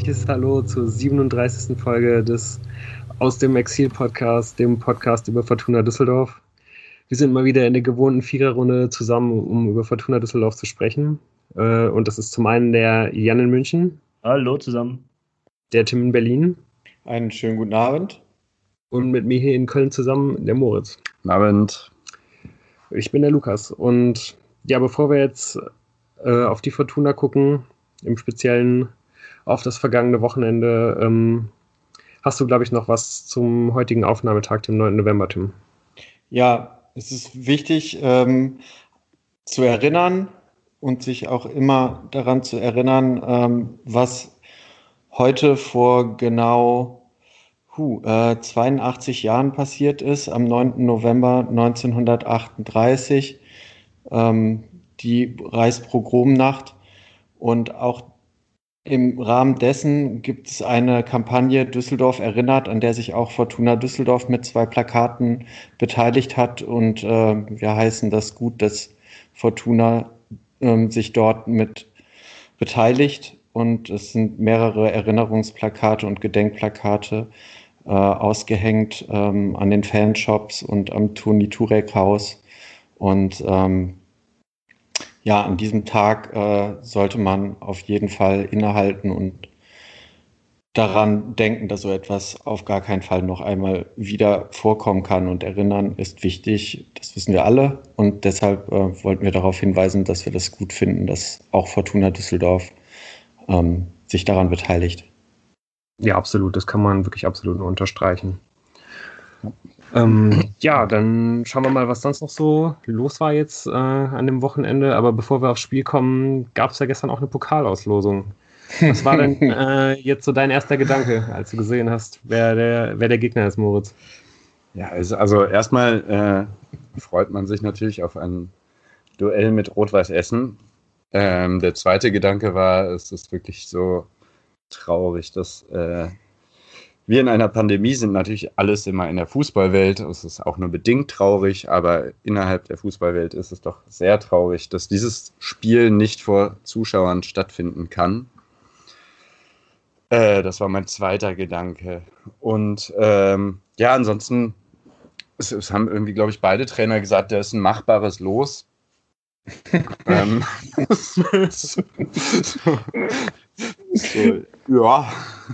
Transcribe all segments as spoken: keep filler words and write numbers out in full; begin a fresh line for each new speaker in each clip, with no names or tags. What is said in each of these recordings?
herzliches Hallo zur siebenunddreißigsten Folge des Aus dem Exil-Podcast, dem Podcast über Fortuna Düsseldorf. Wir sind mal wieder in der gewohnten Viererrunde zusammen, um über Fortuna Düsseldorf zu sprechen. Und das ist zum einen der Jan in München.
Hallo zusammen.
Der Tim in Berlin.
Einen schönen guten Abend.
Und mit mir hier in Köln zusammen der Moritz.
Guten Abend.
Ich bin der Lukas. Und ja, bevor wir jetzt äh, auf die Fortuna gucken, im Speziellen auf das vergangene Wochenende, ähm, hast du, glaube ich, noch was zum heutigen Aufnahmetag, dem neunten November, Tim?
Ja, es ist wichtig ähm, zu erinnern und sich auch immer daran zu erinnern, ähm, was heute vor genau huh, äh, zweiundachtzig Jahren passiert ist, am neunten November neunzehnhundertachtunddreißig, ähm, die Reichspogromnacht. Und auch im Rahmen dessen gibt es eine Kampagne Düsseldorf erinnert, an der sich auch Fortuna Düsseldorf mit zwei Plakaten beteiligt hat. Und äh, wir heißen das gut, dass Fortuna äh, sich dort mit beteiligt. Und es sind mehrere Erinnerungsplakate und Gedenkplakate äh, ausgehängt ähm, an den Fanshops und am Toni Turek Haus. Und ähm, ja, an diesem Tag äh, sollte man auf jeden Fall innehalten und daran denken, dass so etwas auf gar keinen Fall noch einmal wieder vorkommen kann. Und erinnern ist wichtig, das wissen wir alle. Und deshalb äh, wollten wir darauf hinweisen, dass wir das gut finden, dass auch Fortuna Düsseldorf ähm, sich daran beteiligt.
Ja, absolut. Das kann man wirklich absolut nur unterstreichen. Ähm, ja, dann schauen wir mal, was sonst noch so los war jetzt äh, an dem Wochenende. Aber bevor wir aufs Spiel kommen, gab es ja gestern auch eine Pokalauslosung. Was war denn äh, jetzt so dein erster Gedanke, als du gesehen hast, wer der, wer der Gegner ist, Moritz?
Ja, also, also erstmal äh, freut man sich natürlich auf ein Duell mit Rot-Weiß Essen. Ähm, der zweite Gedanke war, es ist wirklich so traurig, dass äh, wir in einer Pandemie sind, natürlich alles immer in der Fußballwelt. Es ist auch nur bedingt traurig, aber innerhalb der Fußballwelt ist es doch sehr traurig, dass dieses Spiel nicht vor Zuschauern stattfinden kann. Äh, das war mein zweiter Gedanke. Und ähm, ja, ansonsten, es, es haben irgendwie, glaube ich, beide Trainer gesagt, da ist ein machbares Los. ähm, so, so, so, ja.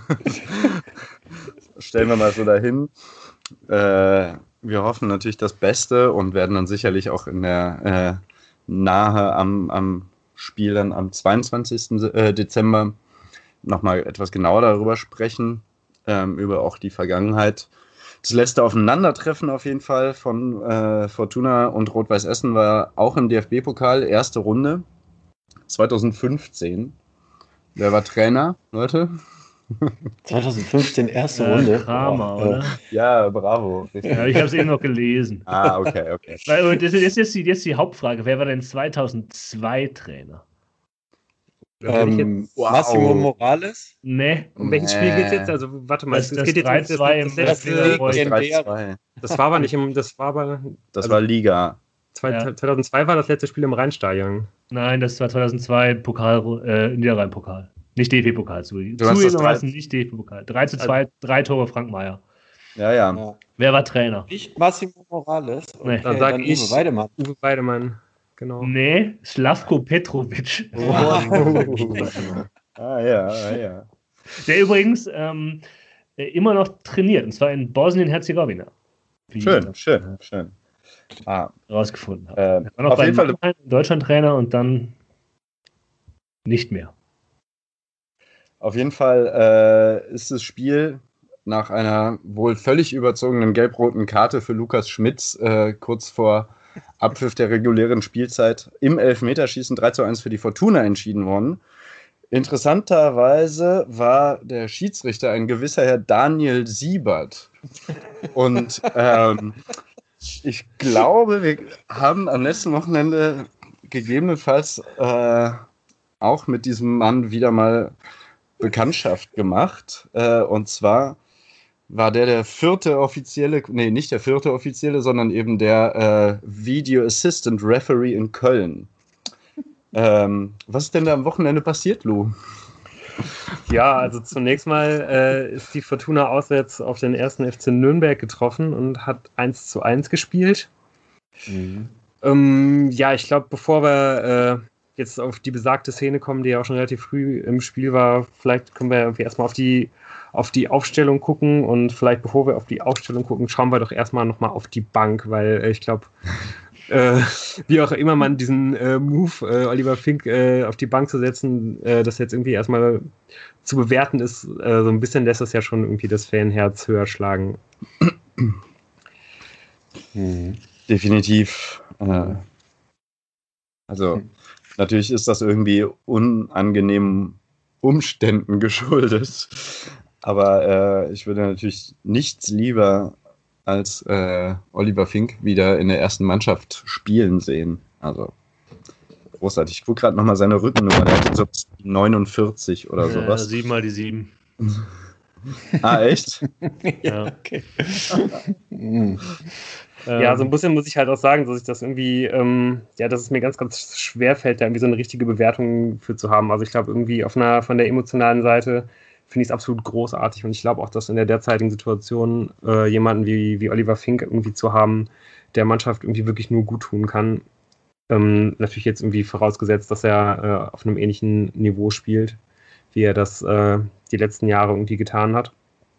Stellen wir mal so dahin. Äh, wir hoffen natürlich das Beste und werden dann sicherlich auch in der äh, nahe am, am Spiel dann am zweiundzwanzigsten Dezember nochmal etwas genauer darüber sprechen, ähm, über auch die Vergangenheit. Das letzte Aufeinandertreffen auf jeden Fall von äh, Fortuna und Rot-Weiß Essen war auch im D F B-Pokal, erste Runde, zweitausendfünfzehn. Wer war Trainer, Leute?
zweitausendfünfzehn, erste
äh,
Runde.
Kramer,
oh,
oder?
Ja, bravo.
Ja, ich habe es eben noch gelesen.
Ah, okay, okay.
Weil, das ist jetzt die, jetzt die Hauptfrage. Wer war denn zweitausendzwei Trainer?
Ähm,
wow.
Massimo Morales?
Ne.
Um welches Spiel geht es jetzt? Also, warte mal,
Das-
es
das
geht jetzt um
drei zwei im
das, das,
Wettbewerb.
letzte,
drei zwei.
das war aber nicht im, das war aber,
Das
also
war Liga.
zwei,
Ja.
zweitausendzwei war das letzte Spiel im Rheinstadion.
Nein, das war zweitausendzwei Pokal, äh, Niederrhein-Pokal. Nicht D F B-Pokal, zu.
Du hast das
Zugegebenermaßen nicht D F B-Pokal. drei zu zwei, drei Tore Frank Meyer.
Ja, ja.
Ja.
Wer war Trainer?
Nicht Massimo Morales.
Nee.
Dann sag
Uwe
ich-
Weidemann.
Uwe Weidemann, genau.
Nee, Slavko Petrovic.
Ah, ja, ah, ja.
Der übrigens ähm, äh, immer noch trainiert, und zwar in Bosnien-Herzegowina. Wie
Schön,
ich
schön, schön. Ah,
rausgefunden habe.
äh,
Er war noch
auf
bei
jeden Fall,
Mannheim, Deutschland-Trainer und dann nicht mehr.
auf jeden Fall äh, ist das Spiel nach einer wohl völlig überzogenen gelb-roten Karte für Lukas Schmitz äh, kurz vor Abpfiff der regulären Spielzeit im Elfmeterschießen drei zu eins für die Fortuna entschieden worden. Interessanterweise war der Schiedsrichter ein gewisser Herr Daniel Siebert. Und ähm, ich glaube, wir haben am letzten Wochenende gegebenenfalls äh, auch mit diesem Mann wieder mal Bekanntschaft gemacht. Äh, und zwar war der der vierte offizielle, nee, nicht der vierte offizielle, sondern eben der äh, Video Assistant Referee in Köln. Ähm, was ist denn da am Wochenende passiert, Lou?
Ja, also zunächst mal äh, ist die Fortuna auswärts auf den ersten F C Nürnberg getroffen und hat eins zu eins gespielt. Mhm. Ähm, ja, ich glaube, bevor wir äh, jetzt auf die besagte Szene kommen, die ja auch schon relativ früh im Spiel war, vielleicht können wir irgendwie erstmal auf die, auf die Aufstellung gucken und vielleicht bevor wir auf die Aufstellung gucken, schauen wir doch erstmal nochmal auf die Bank, weil äh, ich glaube, äh, wie auch immer man diesen äh, Move, äh, Oliver Fink äh, auf die Bank zu setzen, äh, das jetzt irgendwie erstmal zu bewerten ist, äh, so ein bisschen lässt das ja schon irgendwie das Fanherz höher schlagen.
Hm. Definitiv. Äh, also hm. Natürlich ist das irgendwie unangenehmen Umständen geschuldet, aber äh, ich würde natürlich nichts lieber als äh, Oliver Fink wieder in der ersten Mannschaft spielen sehen. Also großartig. Ich gucke gerade nochmal seine Rückennummer, der hat so neunundvierzig oder
ja,
sowas.
Sieben mal die sieben.
Ah, echt?
Ja,
okay. Ja, so ein bisschen muss ich halt auch sagen, dass ich das irgendwie, ähm, ja, dass es mir ganz, ganz schwer fällt, da irgendwie so eine richtige Bewertung für zu haben. Also ich glaube irgendwie auf einer, von der emotionalen Seite finde ich es absolut großartig und ich glaube auch, dass in der derzeitigen Situation äh, jemanden wie, wie Oliver Fink irgendwie zu haben, der Mannschaft irgendwie wirklich nur gut tun kann. Ähm, natürlich jetzt irgendwie vorausgesetzt, dass er äh, auf einem ähnlichen Niveau spielt, wie er das äh, die letzten Jahre irgendwie getan hat.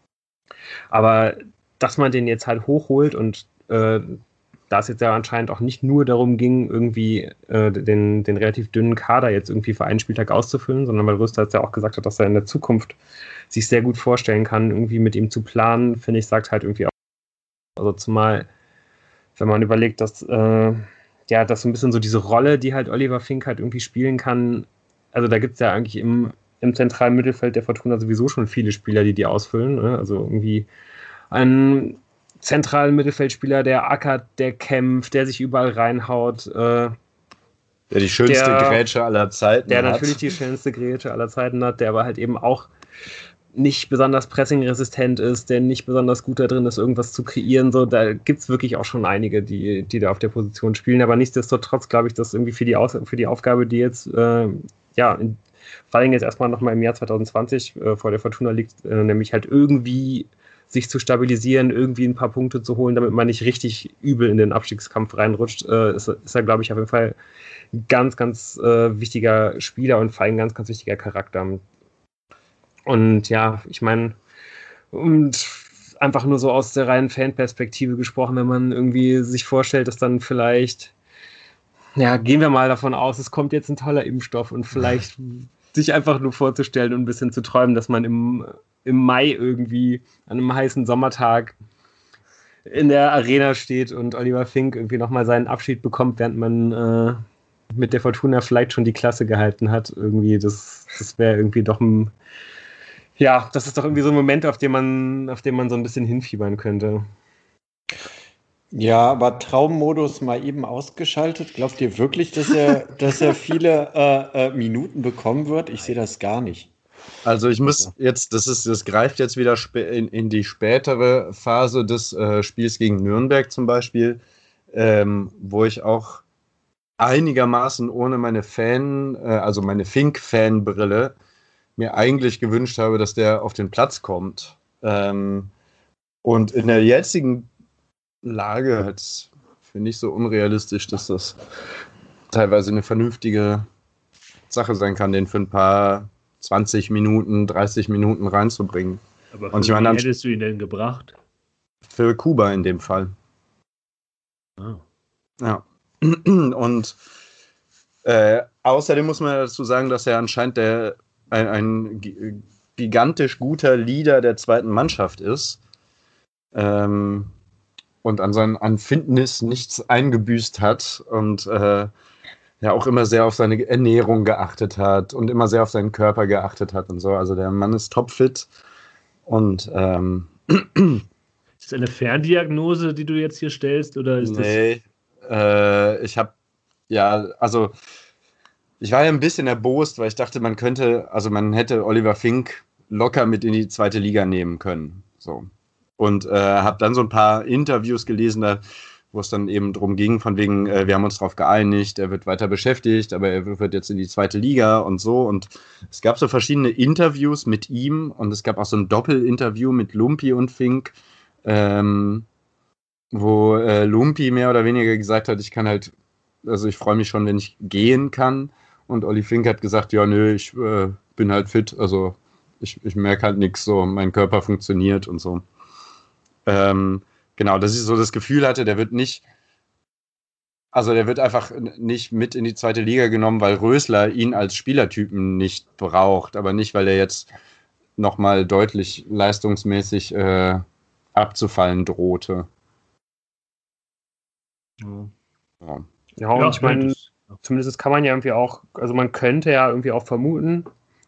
Aber dass man den jetzt halt hochholt und äh, da es jetzt ja anscheinend auch nicht nur darum ging, irgendwie äh, den, den relativ dünnen Kader jetzt irgendwie für einen Spieltag auszufüllen, sondern weil Röster jetzt ja auch gesagt hat, dass er in der Zukunft sich sehr gut vorstellen kann, irgendwie mit ihm zu planen, finde ich, sagt halt irgendwie auch, also zumal, wenn man überlegt, dass äh, ja, dass so ein bisschen so diese Rolle, die halt Oliver Fink halt irgendwie spielen kann, also da gibt es ja eigentlich im, im zentralen Mittelfeld der Fortuna sowieso schon viele Spieler, die die ausfüllen, ne? Also irgendwie ein zentralen Mittelfeldspieler, der ackert, der kämpft, der sich überall reinhaut. Äh,
der die schönste
der,
Grätsche aller Zeiten
der
hat. Der
natürlich die schönste Grätsche aller Zeiten hat, der aber halt eben auch nicht besonders pressingresistent ist, der nicht besonders gut da drin ist, irgendwas zu kreieren. So, da gibt es wirklich auch schon einige, die, die da auf der Position spielen. Aber nichtsdestotrotz glaube ich, dass irgendwie für die, Aus- für die Aufgabe, die jetzt, äh, ja, in, vor allem jetzt erstmal nochmal im Jahr zwanzig zwanzig äh, vor der Fortuna liegt, äh, nämlich halt irgendwie sich zu stabilisieren, irgendwie ein paar Punkte zu holen, damit man nicht richtig übel in den Abstiegskampf reinrutscht, äh, ist, ist er, glaube ich, auf jeden Fall ein ganz, ganz äh, wichtiger Spieler und vor allem ein ganz, ganz wichtiger Charakter. Und ja, ich meine, und einfach nur so aus der reinen Fanperspektive gesprochen, wenn man irgendwie sich vorstellt, dass dann vielleicht, ja, gehen wir mal davon aus, es kommt jetzt ein toller Impfstoff und vielleicht sich einfach nur vorzustellen und ein bisschen zu träumen, dass man im, im Mai irgendwie an einem heißen Sommertag in der Arena steht und Oliver Fink irgendwie nochmal seinen Abschied bekommt, während man äh, mit der Fortuna vielleicht schon die Klasse gehalten hat. Irgendwie, das, das wäre irgendwie doch ein, ja, das ist doch irgendwie so ein Moment, auf den man, auf den man so ein bisschen hinfiebern könnte.
Ja, aber Traummodus mal eben ausgeschaltet. Glaubt ihr wirklich, dass er, dass er viele äh, äh, Minuten bekommen wird? Ich sehe das gar nicht.
Also ich muss jetzt, das ist, das greift jetzt wieder in, in die spätere Phase des äh, Spiels gegen Nürnberg zum Beispiel, ähm, wo ich auch einigermaßen ohne meine Fan, äh, also meine Fink-Fan-Brille, mir eigentlich gewünscht habe, dass der auf den Platz kommt. Ähm, und in der jetzigen Lage halt, finde ich so unrealistisch, dass das teilweise eine vernünftige Sache sein kann, den für ein paar zwanzig Minuten, dreißig Minuten reinzubringen.
Aber für
und ich meine,
wie hättest du ihn denn gebracht?
Für Kuba in dem Fall.
Ah.
Ja. Und äh, außerdem muss man dazu sagen, dass er anscheinend der, ein, ein gigantisch guter Leader der zweiten Mannschaft ist. Ähm, und an seinen an Fitness nichts eingebüßt hat und äh, ja auch immer sehr auf seine Ernährung geachtet hat und immer sehr auf seinen Körper geachtet hat und so. Also der Mann ist topfit und ähm,
ist das eine Ferndiagnose, die du jetzt hier stellst, oder ist
nee, das? Äh, ich habe ja, also ich war ja ein bisschen erbost, weil ich dachte, man könnte, also man hätte Oliver Fink locker mit in die zweite Liga nehmen können, so. Und äh, habe dann so ein paar Interviews gelesen, da wo es dann eben drum ging, von wegen, äh, wir haben uns darauf geeinigt, er wird weiter beschäftigt, aber er wird jetzt in die zweite Liga und so. Und es gab so verschiedene Interviews mit ihm und es gab auch so ein Doppelinterview mit Lumpi und Fink, ähm, wo äh, Lumpi mehr oder weniger gesagt hat, ich kann halt, also ich freue mich schon, wenn ich gehen kann. Und Olli Fink hat gesagt, ja, nö, ich äh, bin halt fit, also ich, ich merke halt nichts, so mein Körper funktioniert und so. Ähm, genau, dass ich so das Gefühl hatte, der wird nicht, also der wird einfach nicht mit in die zweite Liga genommen, weil Rösler ihn als Spielertypen nicht braucht, aber nicht, weil er jetzt nochmal deutlich leistungsmäßig äh, abzufallen drohte.
Ja,
Ja,
ja und
Ja,
ich meine,
das-
zumindest kann man ja irgendwie auch, also man könnte ja irgendwie auch vermuten,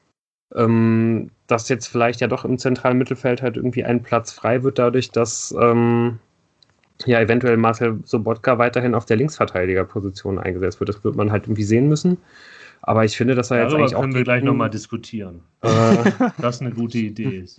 ähm, dass jetzt vielleicht ja doch im zentralen Mittelfeld halt irgendwie ein Platz frei wird, dadurch, dass ähm, ja eventuell Marcel Sobotka weiterhin auf der Linksverteidigerposition eingesetzt wird. Das wird man halt irgendwie sehen müssen. Aber ich finde, dass er jetzt
Darüber
eigentlich auch
können wir gleich
gegen-
nochmal diskutieren.
äh,
Das eine gute Idee ist.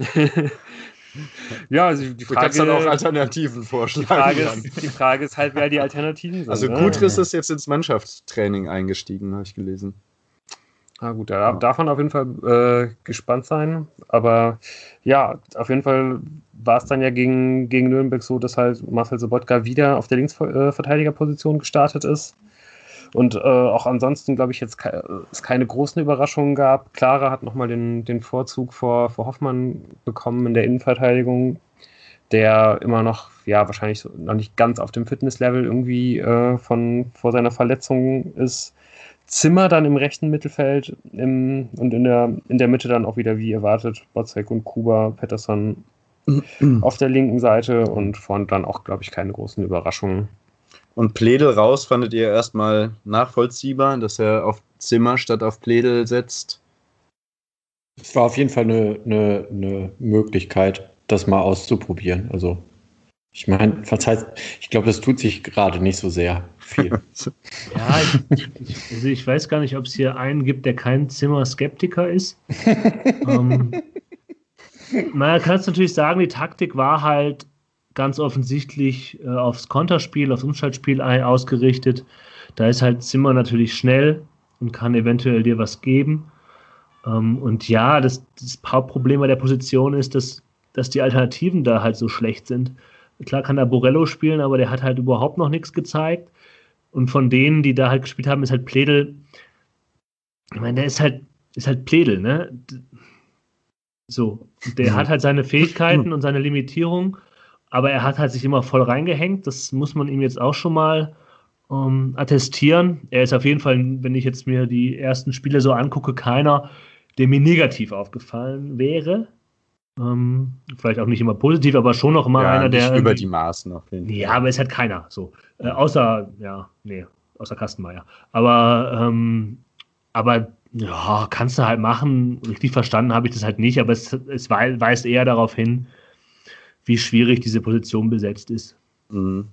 ja, also die
du
Frage,
kannst dann auch Alternativen
die,
vorschlagen.
Frage
Jan.
ist, die Frage ist halt, wer die Alternativen sind.
Also
ne?
Gutris ist jetzt ins Mannschaftstraining eingestiegen, habe ich gelesen.
Ah gut, da darf man auf jeden Fall äh, gespannt sein. Aber ja, auf jeden Fall war es dann ja gegen, gegen Nürnberg so, dass halt Marcel Sobotka wieder auf der Linksverteidigerposition gestartet ist. Und äh, auch ansonsten, glaube ich, jetzt ke es keine großen Überraschungen gab. Clara hat nochmal den, den Vorzug vor, vor Hoffmann bekommen in der Innenverteidigung, der immer noch, ja, wahrscheinlich so, noch nicht ganz auf dem Fitnesslevel irgendwie äh, von vor seiner Verletzung ist. Zimmer dann im rechten Mittelfeld im, und in der, in der Mitte dann auch wieder, wie erwartet, Botzek und Kuba, Pettersson auf der linken Seite und vorne dann auch, glaube ich, keine großen Überraschungen.
Und Pledel raus fandet ihr erstmal nachvollziehbar, dass er auf Zimmer statt auf Pledel setzt?
Es war auf jeden Fall eine, eine, eine Möglichkeit, das mal auszuprobieren. Also, ich meine, verzeiht, ich glaube, das tut sich gerade nicht so sehr viel.
Ja, ich, ich, also ich weiß gar nicht, ob es hier einen gibt, der kein Zimmer-Skeptiker ist. ähm, man kann es natürlich sagen, die Taktik war halt ganz offensichtlich äh, aufs Konterspiel, aufs Umschaltspiel ausgerichtet. Da ist halt Zimmer natürlich schnell und kann eventuell dir was geben. Ähm, und ja, das, das Hauptproblem bei der Position ist, dass, dass die Alternativen da halt so schlecht sind. Klar kann da Borello spielen, aber der hat halt überhaupt noch nichts gezeigt. Und von denen, die da halt gespielt haben, ist halt Pledel. Ich meine, der ist halt, ist halt Pledel, ne? So. Der hat halt seine Fähigkeiten und seine Limitierung, aber er hat halt sich immer voll reingehängt. Das muss man ihm jetzt auch schon mal ähm, attestieren. Er ist auf jeden Fall, wenn ich jetzt mir die ersten Spiele so angucke, keiner, der mir negativ aufgefallen wäre. Ähm, vielleicht auch nicht immer positiv, aber schon noch immer
Ja,
einer, der.
nicht über die Maßen auf jeden Fall.
Ja, aber es hat keiner. So. Äh, außer, ja, nee, außer Kastenmeier. Aber, ähm, aber ja, kannst du halt machen. Richtig verstanden habe ich das halt nicht, aber es, es weist eher darauf hin, wie schwierig diese Position besetzt ist.
Mhm.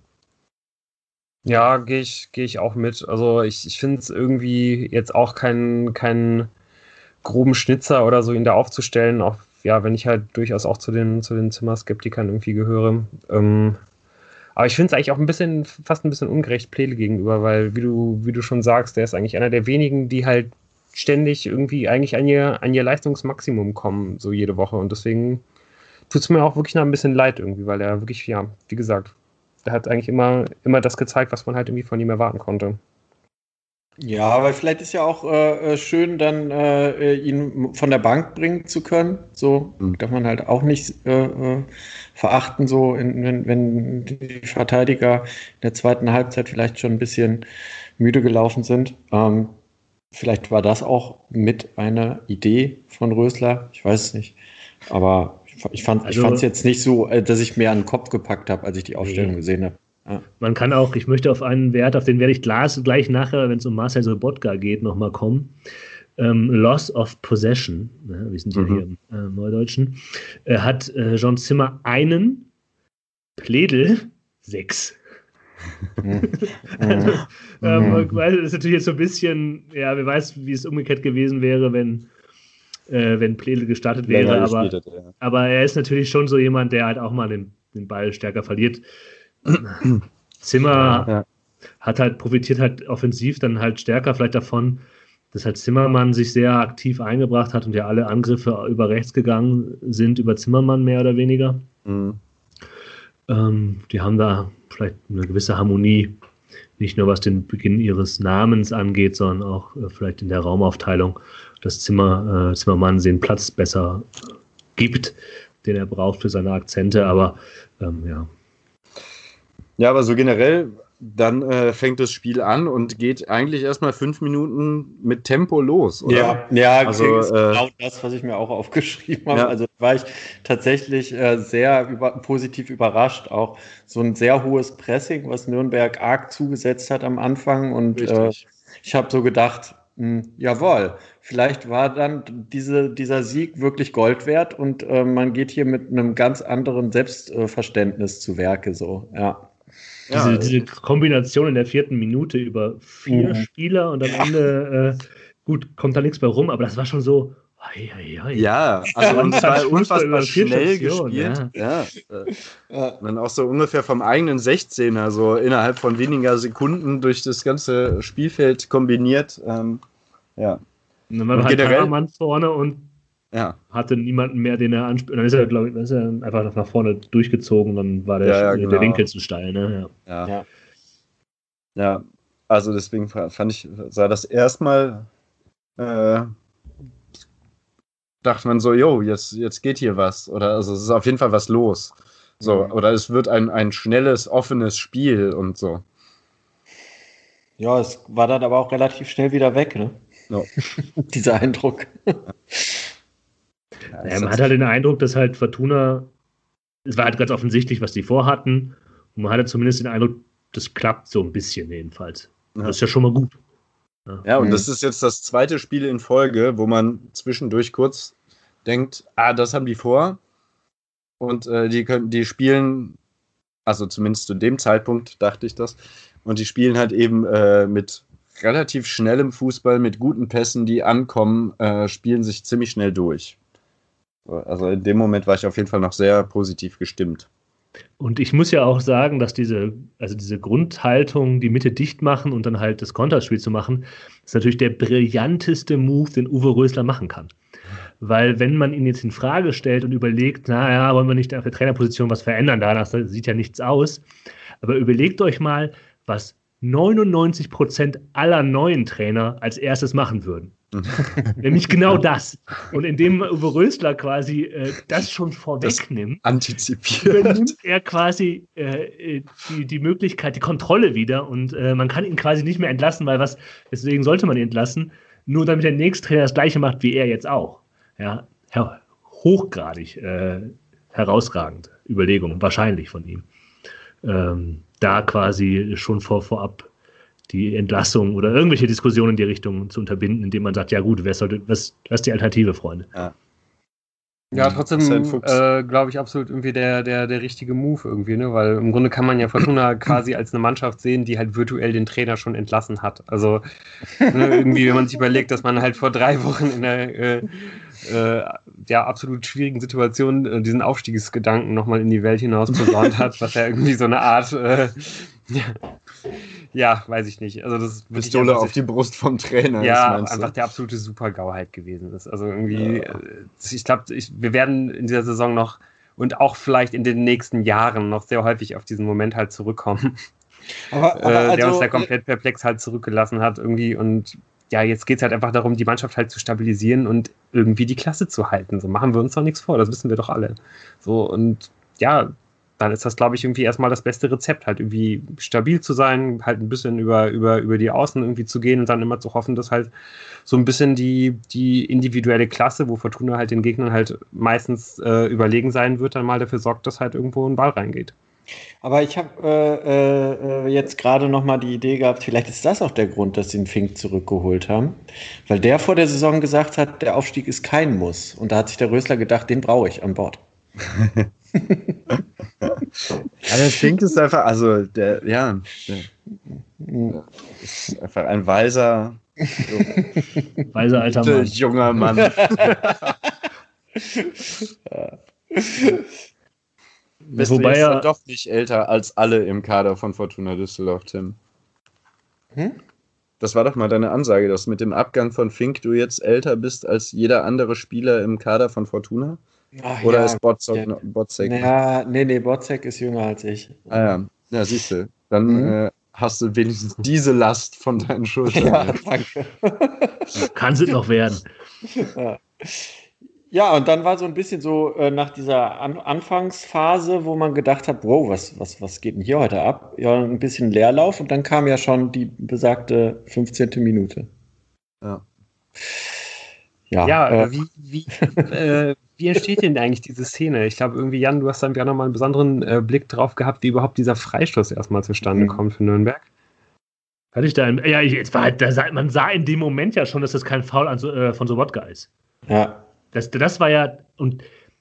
Ja, gehe ich, geh ich auch mit. Also ich, ich finde es irgendwie jetzt auch keinen kein groben Schnitzer oder so, ihn da aufzustellen, auch ja, wenn ich halt durchaus auch zu den, zu den Zimmerskeptikern irgendwie gehöre. Ähm, aber ich finde es eigentlich auch ein bisschen, fast ein bisschen ungerecht Pledel gegenüber, weil, wie du, wie du schon sagst, der ist eigentlich einer der wenigen, die halt ständig irgendwie eigentlich an ihr, an ihr Leistungsmaximum kommen, so jede Woche. Und deswegen tut es mir auch wirklich noch ein bisschen leid irgendwie, weil er wirklich, ja, wie gesagt, er hat eigentlich immer, immer das gezeigt, was man halt irgendwie von ihm erwarten konnte.
Ja, aber vielleicht ist ja auch äh, schön, dann äh, ihn von der Bank bringen zu können. So
Mhm.
darf man halt auch nicht äh, äh, verachten, so in, wenn, wenn die Verteidiger in der zweiten Halbzeit vielleicht schon ein bisschen müde gelaufen sind. Ähm, vielleicht war das auch mit einer Idee von Rösler. Ich weiß es nicht. Aber ich, ich fand es
Also-
jetzt nicht so, äh, dass ich mir an den Kopf gepackt habe, als ich die Aufstellung
Nee.
gesehen habe. Ja.
Man kann auch, ich möchte auf einen Wert, auf den werde ich gleich, gleich nachher, wenn es um Marcel Sobotka geht, nochmal kommen. Ähm, Loss of Possession, ne, wir sind ja
Mhm.
hier im äh, Neudeutschen, äh, hat äh, John Zimmer einen, Pledel sechs.
Mhm.
Also, ähm,
Mhm.
weil das ist natürlich jetzt so ein bisschen, ja, wer weiß, wie es umgekehrt gewesen wäre, wenn, äh, wenn Pledel gestartet wäre,
Länger
aber,
gespielt hat, ja.
aber er ist natürlich schon so jemand, der halt auch mal den, den Ball stärker verliert. Zimmer
Ja.
hat halt profitiert halt offensiv dann halt stärker vielleicht davon, dass halt Zimmermann sich sehr aktiv eingebracht hat und ja alle Angriffe über rechts gegangen sind, über Zimmermann mehr oder weniger.
Mhm.
Ähm, die haben da vielleicht eine gewisse Harmonie, nicht nur was den Beginn ihres Namens angeht, sondern auch äh, vielleicht in der Raumaufteilung, dass Zimmer, äh, Zimmermann den Platz besser gibt, den er braucht für seine Akzente, aber ähm, ja.
Ja, aber so generell, dann äh, fängt das Spiel an und geht eigentlich erstmal fünf Minuten mit Tempo los, oder?
Ja, ja,
Also,
ist
äh,
genau das, was ich mir auch aufgeschrieben habe.
Ja.
Also da war ich tatsächlich äh, sehr über, positiv überrascht. Auch so ein sehr hohes Pressing, was Nürnberg arg zugesetzt hat am Anfang. Und äh,
Richtig.
ich habe so gedacht, mh, jawohl, vielleicht war dann diese, dieser Sieg wirklich Gold wert und äh, man geht hier mit einem ganz anderen Selbstverständnis zu Werke. So, ja.
Diese,
Ja,
diese Kombination in der vierten Minute über vier
Mhm.
Spieler und am Ende, äh, gut, kommt da nichts bei rum, aber das war schon so, hei, hei, hei.
Ja, also und es war
Fußball
unfassbar
über vier
schnell
Stationen,
gespielt. Ja. Ja.
Ja.
Dann auch so ungefähr vom eigenen sechzehner, so innerhalb von weniger Sekunden durch das ganze Spielfeld kombiniert. Ähm, ja.
Und dann war
Und
halt
generell-
Hermann vorne und
Ja.
hatte niemanden mehr, den er anspielt. Dann ist er, glaube ich, dann ist er einfach nach vorne durchgezogen, dann war der,
Ja, ja,
der
genau.
Winkel zu steil. Ne? Ja.
Ja.
Ja.
Ja. Also deswegen fand ich, sah das erstmal, äh, dachte man so, jo, jetzt, jetzt geht hier was. Oder also es ist auf jeden Fall was los. So,
Mhm.
oder es wird ein, ein schnelles, offenes Spiel und so.
Ja, es war dann aber auch relativ schnell wieder weg, ne?
Ja.
Dieser Eindruck.
Ja,
Ja, man hat halt den Eindruck, dass halt Fortuna, es war halt ganz offensichtlich, was die vorhatten. Und man hatte zumindest den Eindruck, das klappt so ein bisschen jedenfalls.
Ja.
Das ist ja schon mal gut.
Ja, und
Mhm.
das ist jetzt das zweite Spiel in Folge, wo man zwischendurch kurz denkt, ah, das haben die vor. Und äh, die können, die spielen, also zumindest zu dem Zeitpunkt dachte ich das, und die spielen halt eben äh, mit relativ schnellem Fußball, mit guten Pässen, die ankommen, äh, spielen sich ziemlich schnell durch. So, also in dem Moment war ich auf jeden Fall noch sehr positiv gestimmt.
Und ich muss ja auch sagen, dass diese, also diese Grundhaltung, die Mitte dicht machen und dann halt das Konterspiel zu machen, ist natürlich der brillanteste Move, den Uwe Rösler machen kann. Weil wenn man ihn jetzt in Frage stellt und überlegt, naja, wollen wir nicht auf der Trainerposition was verändern, danach sieht ja nichts aus. Aber überlegt euch mal, was neunundneunzig Prozent aller neuen Trainer als erstes machen würden. Nämlich genau das. Und indem Uwe Rösler quasi äh, das schon vorwegnimmt,
Antizipiert.
übernimmt er quasi äh, die, die Möglichkeit, die Kontrolle wieder und äh, man kann ihn quasi nicht mehr entlassen, weil was, deswegen sollte man ihn entlassen, nur damit der nächste Trainer das Gleiche macht, wie er jetzt auch. Ja, her- hochgradig äh, herausragend Überlegung, wahrscheinlich von ihm. Ähm, da quasi schon vor, vorab die Entlassung oder irgendwelche Diskussionen in die Richtung zu unterbinden, indem man sagt, ja gut, wer sollte, was, was ist die Alternative, Freunde?
Ja,
Das
trotzdem
ist ein Fuchs.
äh, glaube ich absolut irgendwie der, der, der richtige Move irgendwie, ne? Weil im Grunde kann man ja Fortuna quasi als eine Mannschaft sehen, die halt virtuell den Trainer schon entlassen hat. Also ne, irgendwie, wenn man sich überlegt, dass man halt vor drei Wochen in einer äh, äh, ja, absolut schwierigen Situation äh, diesen Aufstiegsgedanken nochmal in die Welt hinaus posaunt hat, was ja irgendwie so eine Art äh, ja, weiß ich nicht. Also das ist wirklich
Pistole
einfach-
auf die Brust vom Trainer.
ja,
das meinst du?
einfach der absolute Super-GAU halt gewesen ist. Also irgendwie,
Ja.
äh, ich glaube, ich, wir werden in dieser Saison noch und auch vielleicht in den nächsten Jahren noch sehr häufig auf diesen Moment halt zurückkommen,
Aber, aber
äh, der uns
also,
da komplett perplex halt zurückgelassen hat irgendwie. Und ja, jetzt geht es halt einfach darum, die Mannschaft halt zu stabilisieren und irgendwie die Klasse zu halten. So machen wir uns doch nichts vor, das wissen wir doch alle. So, und ja, dann ist das, glaube ich, irgendwie erstmal das beste Rezept, halt irgendwie stabil zu sein, halt ein bisschen über, über, über die Außen irgendwie zu gehen und dann immer zu hoffen, dass halt so ein bisschen die, die individuelle Klasse, wo Fortuna halt den Gegnern halt meistens äh, überlegen sein wird, dann mal dafür sorgt, dass halt irgendwo ein Ball reingeht.
aber ich habe äh, äh, jetzt gerade noch mal die Idee gehabt, vielleicht ist das auch der Grund, dass sie den Fink zurückgeholt haben. Weil der vor der Saison gesagt hat, der Aufstieg ist kein Muss. Und da hat sich der Rösler gedacht, den brauche ich an Bord.
Ja, der Fink ist einfach, also der, ja, der, der ist einfach ein weiser,
Weiser alter Mann.
junger Mann. Bist
Wobei
du jetzt
er-
dann doch nicht älter als alle im Kader von Fortuna Düsseldorf, Tim?
Hm?
Das war doch mal deine Ansage, dass mit dem Abgang von Fink du jetzt älter bist als jeder andere Spieler im Kader von Fortuna?
Ach,
Oder
ja,
ist Botzek
ja.
noch- Botzek?
Naja, nee, nee, Botzek ist jünger als ich.
Ah ja, ja siehst du. Dann
Mhm.
äh, hast du wenigstens diese Last von deinen Schultern.
Ja,
jetzt.
danke.
Kann es noch werden.
Ja. Ja, und dann war so ein bisschen so äh, nach dieser An Anfangsphase, wo man gedacht hat, wow, was, was, was geht denn hier heute ab? Ja, ein bisschen Leerlauf und dann kam ja schon die besagte fünfzehnte Minute.
Ja.
Ja,
Ja,
äh,
äh, wie, wie, äh, wie entsteht denn eigentlich diese Szene? Ich glaube, irgendwie, Jan, du hast dann ja nochmal einen besonderen äh, Blick drauf gehabt, wie überhaupt dieser Freistoß erstmal zustande
Mhm.
kommt für Nürnberg.
Hatte ich da ein, ja, ich, jetzt war halt, da sah, man sah in dem Moment ja schon, dass das kein Foul an, so- äh, von Sobotka ist.
ja.
Das, das war ja, und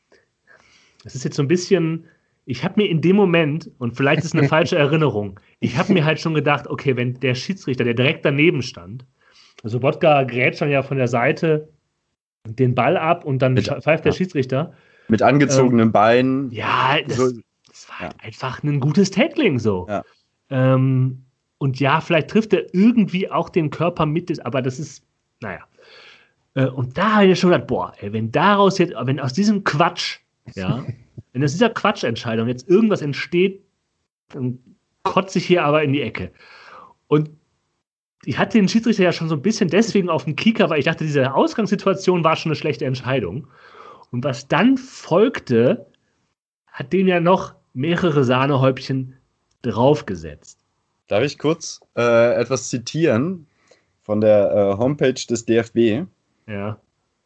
das ist jetzt so ein bisschen, ich habe mir in dem Moment, und vielleicht ist es eine falsche Erinnerung, ich habe mir halt schon gedacht, okay, wenn der Schiedsrichter, der direkt daneben stand, also Wodka grätscht dann ja von der Seite den Ball ab und dann
Mit-
pfeift der
ja.
Schiedsrichter.
Mit angezogenen Beinen.
Ja, das,
So,
das war
ja.
halt einfach ein gutes Tackling so.
Ja.
Ähm, und ja, vielleicht trifft er irgendwie auch den Körper mit, des- aber das ist, naja. Äh, und da habe ich schon gedacht, boah, ey, wenn daraus jetzt, wenn aus diesem Quatsch, ja, wenn aus dieser Quatschentscheidung jetzt irgendwas entsteht, dann kotze ich hier aber in die Ecke. Und ich hatte den Schiedsrichter ja schon so ein bisschen deswegen auf dem Kieker, weil ich dachte, diese Ausgangssituation war schon eine schlechte Entscheidung. Und was dann folgte, hat den ja noch mehrere Sahnehäubchen draufgesetzt.
Darf ich kurz äh, etwas zitieren von der äh, Homepage des D F B?
Ja.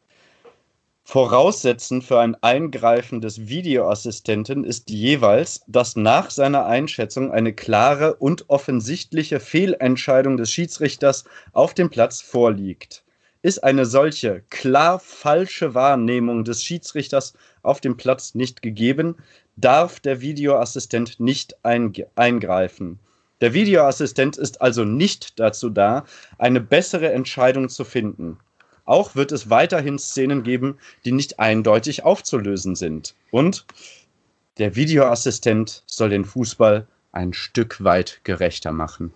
Voraussetzend für ein Eingreifen des Videoassistenten ist jeweils, dass nach seiner Einschätzung eine klare und offensichtliche Fehlentscheidung des Schiedsrichters auf dem Platz vorliegt. Ist eine solche klar falsche Wahrnehmung des Schiedsrichters auf dem Platz nicht gegeben, darf der Videoassistent nicht einge- eingreifen. Der Videoassistent ist also nicht dazu da, eine bessere Entscheidung zu finden. Auch wird es weiterhin Szenen geben, die nicht eindeutig aufzulösen sind. Und der Videoassistent soll den Fußball ein Stück weit gerechter machen.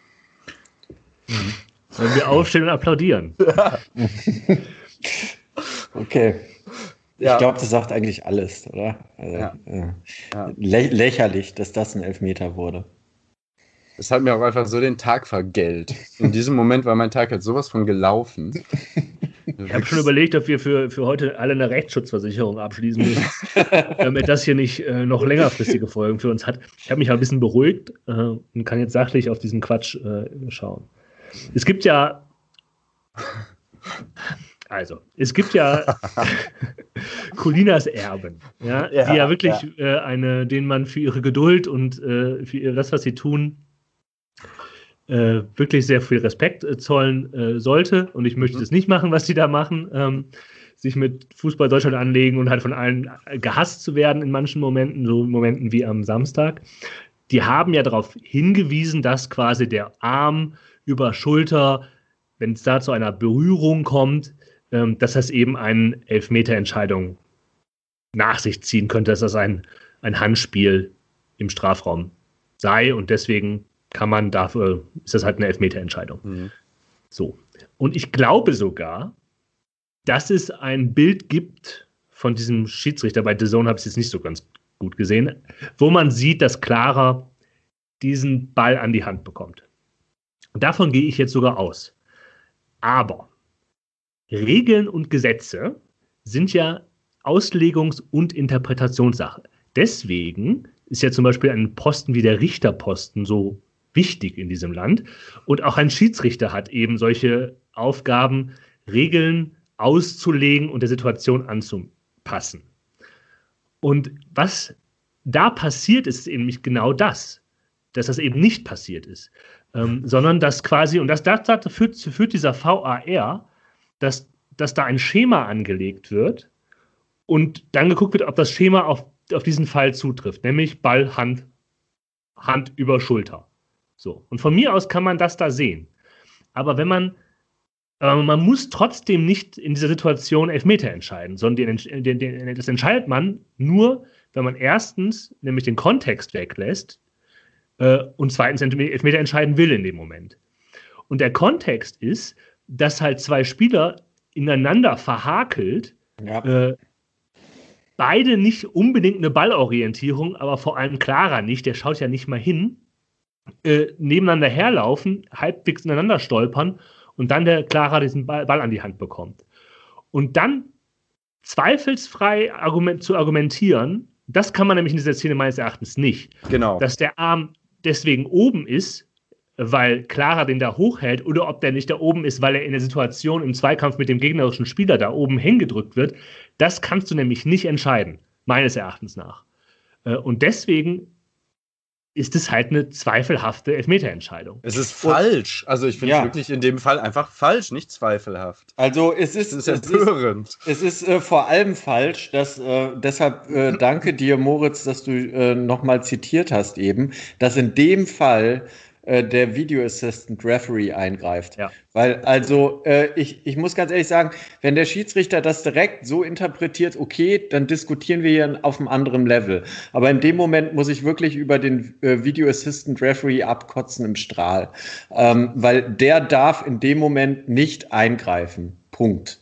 Sollen wir aufstehen und applaudieren?
Okay.
Ja.
Ich glaube, das sagt eigentlich alles, oder? Also,
Ja.
äh,
Ja.
lä lächerlich, dass das ein Elfmeter wurde.
Es hat mir auch einfach so den Tag vergällt. In diesem Moment war mein Tag halt sowas von gelaufen.
Ich habe schon überlegt, ob wir für, für heute alle eine Rechtsschutzversicherung abschließen müssen, damit das hier nicht äh, noch längerfristige Folgen für uns hat. Ich habe mich ein bisschen beruhigt äh, und kann jetzt sachlich auf diesen Quatsch äh, schauen. Es gibt ja, also, es gibt ja Colinas Erben, ja,
Ja,
die ja wirklich Äh, eine, denen man für ihre Geduld und äh, für ihr- das, was sie tun, äh, wirklich sehr viel Respekt äh, zollen äh, sollte. Und ich möchte
Mhm.
das nicht machen, was die da machen. Ähm, sich mit Fußball Deutschland anlegen und halt von allen gehasst zu werden in manchen Momenten, so Momenten wie am Samstag. Die haben ja darauf hingewiesen, dass quasi der Arm über Schulter, wenn es da zu einer Berührung kommt, ähm, dass das eben eine Elfmeterentscheidung nach sich ziehen könnte, dass das ein, ein Handspiel im Strafraum sei und deswegen kann man dafür, ist das halt eine Elfmeterentscheidung.
Mhm.
So. Und ich glaube sogar, dass es ein Bild gibt von diesem Schiedsrichter, bei D A Z N habe ich es jetzt nicht so ganz gut gesehen, wo man sieht, dass Clara diesen Ball an die Hand bekommt. Und davon gehe ich jetzt sogar aus. Aber Regeln und Gesetze sind ja Auslegungs- und Interpretationssache. Deswegen ist ja zum Beispiel ein Posten wie der Richterposten so wichtig in diesem Land. Und auch ein Schiedsrichter hat eben solche Aufgaben, Regeln auszulegen und der Situation anzupassen. Und was da passiert ist, ist eben nicht genau das, dass das eben nicht passiert ist, ähm, sondern dass quasi, und das, das, das führt, führt dieser V A R, dass, dass da ein Schema angelegt wird und dann geguckt wird, ob das Schema auf, auf diesen Fall zutrifft, nämlich Ball, Hand, Hand über Schulter. So. Und von mir aus kann man das da sehen. Aber wenn man, äh, man muss trotzdem nicht in dieser Situation Elfmeter entscheiden, sondern den, den, den, das entscheidet man nur, wenn man erstens nämlich den Kontext weglässt äh, und zweitens Elfmeter entscheiden will in dem Moment. Und der Kontext ist, dass halt zwei Spieler ineinander verhakelt, ja. äh, beide nicht unbedingt eine Ballorientierung, aber vor allem Clara nicht, der schaut ja nicht mal hin, äh, nebeneinander herlaufen, halbwegs ineinander stolpern und dann der Clara diesen Ball, Ball an die Hand bekommt. Und dann zweifelsfrei argument, zu argumentieren, das kann man nämlich in dieser Szene meines Erachtens nicht.
Genau.
Dass der Arm deswegen oben ist, weil Clara den da hochhält, oder ob der nicht da oben ist, weil er in der Situation im Zweikampf mit dem gegnerischen Spieler da oben hingedrückt wird, das kannst du nämlich nicht entscheiden, meines Erachtens nach. Und deswegen ist es halt eine zweifelhafte Elfmeterentscheidung.
Es ist falsch. Also ich finde es ja. wirklich in dem Fall einfach falsch, nicht zweifelhaft.
Also es ist,
es ist empörend.
Es ist, es ist äh, vor allem falsch, dass äh, deshalb äh, danke dir, Moritz, dass du äh, nochmal zitiert hast eben, dass in dem Fall der Video Assistant Referee eingreift. Ja. Weil, also, äh, ich, ich muss ganz ehrlich sagen, wenn der Schiedsrichter das direkt so interpretiert, okay, dann diskutieren wir hier auf einem anderen Level. Aber in dem Moment muss ich wirklich über den äh, Video Assistant Referee abkotzen im Strahl. Ähm, weil der darf in dem Moment nicht eingreifen. Punkt.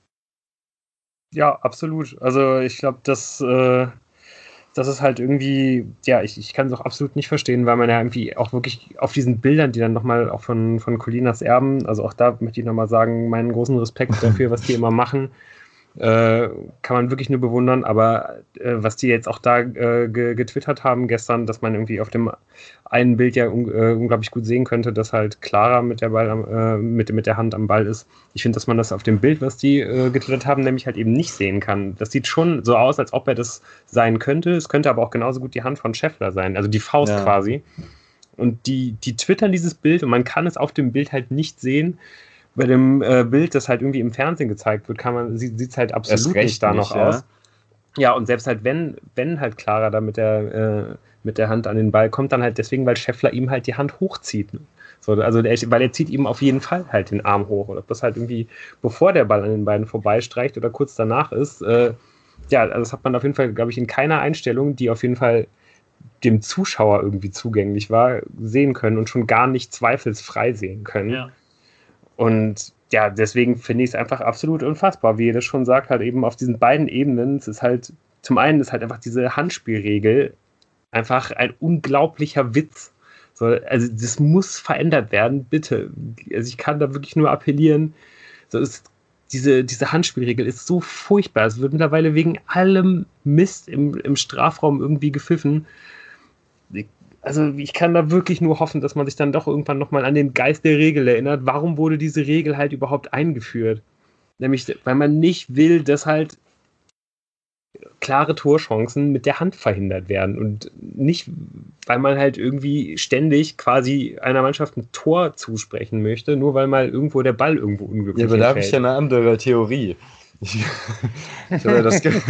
Ja, absolut. Also, ich glaube, dass äh das ist halt irgendwie, ja, ich, ich kann es auch absolut nicht verstehen, weil man ja irgendwie auch wirklich auf diesen Bildern, die dann nochmal auch von, von Colinas Erben, also auch da möchte ich nochmal sagen, meinen großen Respekt dafür, was die immer machen, äh, kann man wirklich nur bewundern, aber äh, was die jetzt auch da äh, ge- getwittert haben gestern, dass man irgendwie auf dem einen Bild ja un- äh, unglaublich gut sehen könnte, dass halt Clara mit der Ball am, äh, mit, mit der Hand am Ball ist. Ich finde, dass man das auf dem Bild, was die äh, getwittert haben, nämlich halt eben nicht sehen kann. Das sieht schon so aus, als ob er das sein könnte. Es könnte aber auch genauso gut die Hand von Scheffler sein, also die Faust ja. quasi. Und die, die twittern dieses Bild und man kann es auf dem Bild halt nicht sehen. Bei dem äh, Bild, das halt irgendwie im Fernsehen gezeigt wird, kann man, sieht es halt absolut nicht da noch ja. aus. Ja, und selbst halt, wenn, wenn halt Clara da mit der, äh, mit der Hand an den Ball kommt, dann halt deswegen, weil Scheffler ihm halt die Hand hochzieht. Ne? So, also der, weil er zieht ihm auf jeden Fall halt den Arm hoch. Und ob das halt irgendwie, bevor der Ball an den beiden vorbeistreicht oder kurz danach ist, äh, ja, also das hat man auf jeden Fall, glaube ich, in keiner Einstellung, die auf jeden Fall dem Zuschauer irgendwie zugänglich war, sehen können und schon gar nicht zweifelsfrei sehen können. Ja. Und ja, deswegen finde ich es einfach absolut unfassbar, wie ihr das schon sagt, halt eben auf diesen beiden Ebenen. Es ist halt, zum einen ist halt einfach diese Handspielregel einfach ein unglaublicher Witz. So, also das muss verändert werden, bitte. Also ich kann da wirklich nur appellieren. So ist, diese, diese Handspielregel ist so furchtbar. Es wird mittlerweile wegen allem Mist im, im Strafraum irgendwie gepfiffen. Also ich kann da wirklich nur hoffen, dass man sich dann doch irgendwann nochmal an den Geist der Regel erinnert. Warum wurde diese Regel halt überhaupt eingeführt? Nämlich, weil man nicht will, dass halt klare Torchancen mit der Hand verhindert werden und nicht, weil man halt irgendwie ständig quasi einer Mannschaft ein Tor zusprechen möchte, nur weil mal irgendwo der Ball irgendwo unglücklich ist.
Ja, aber da habe ich ja eine andere Theorie. Ich, ich habe ja das ge-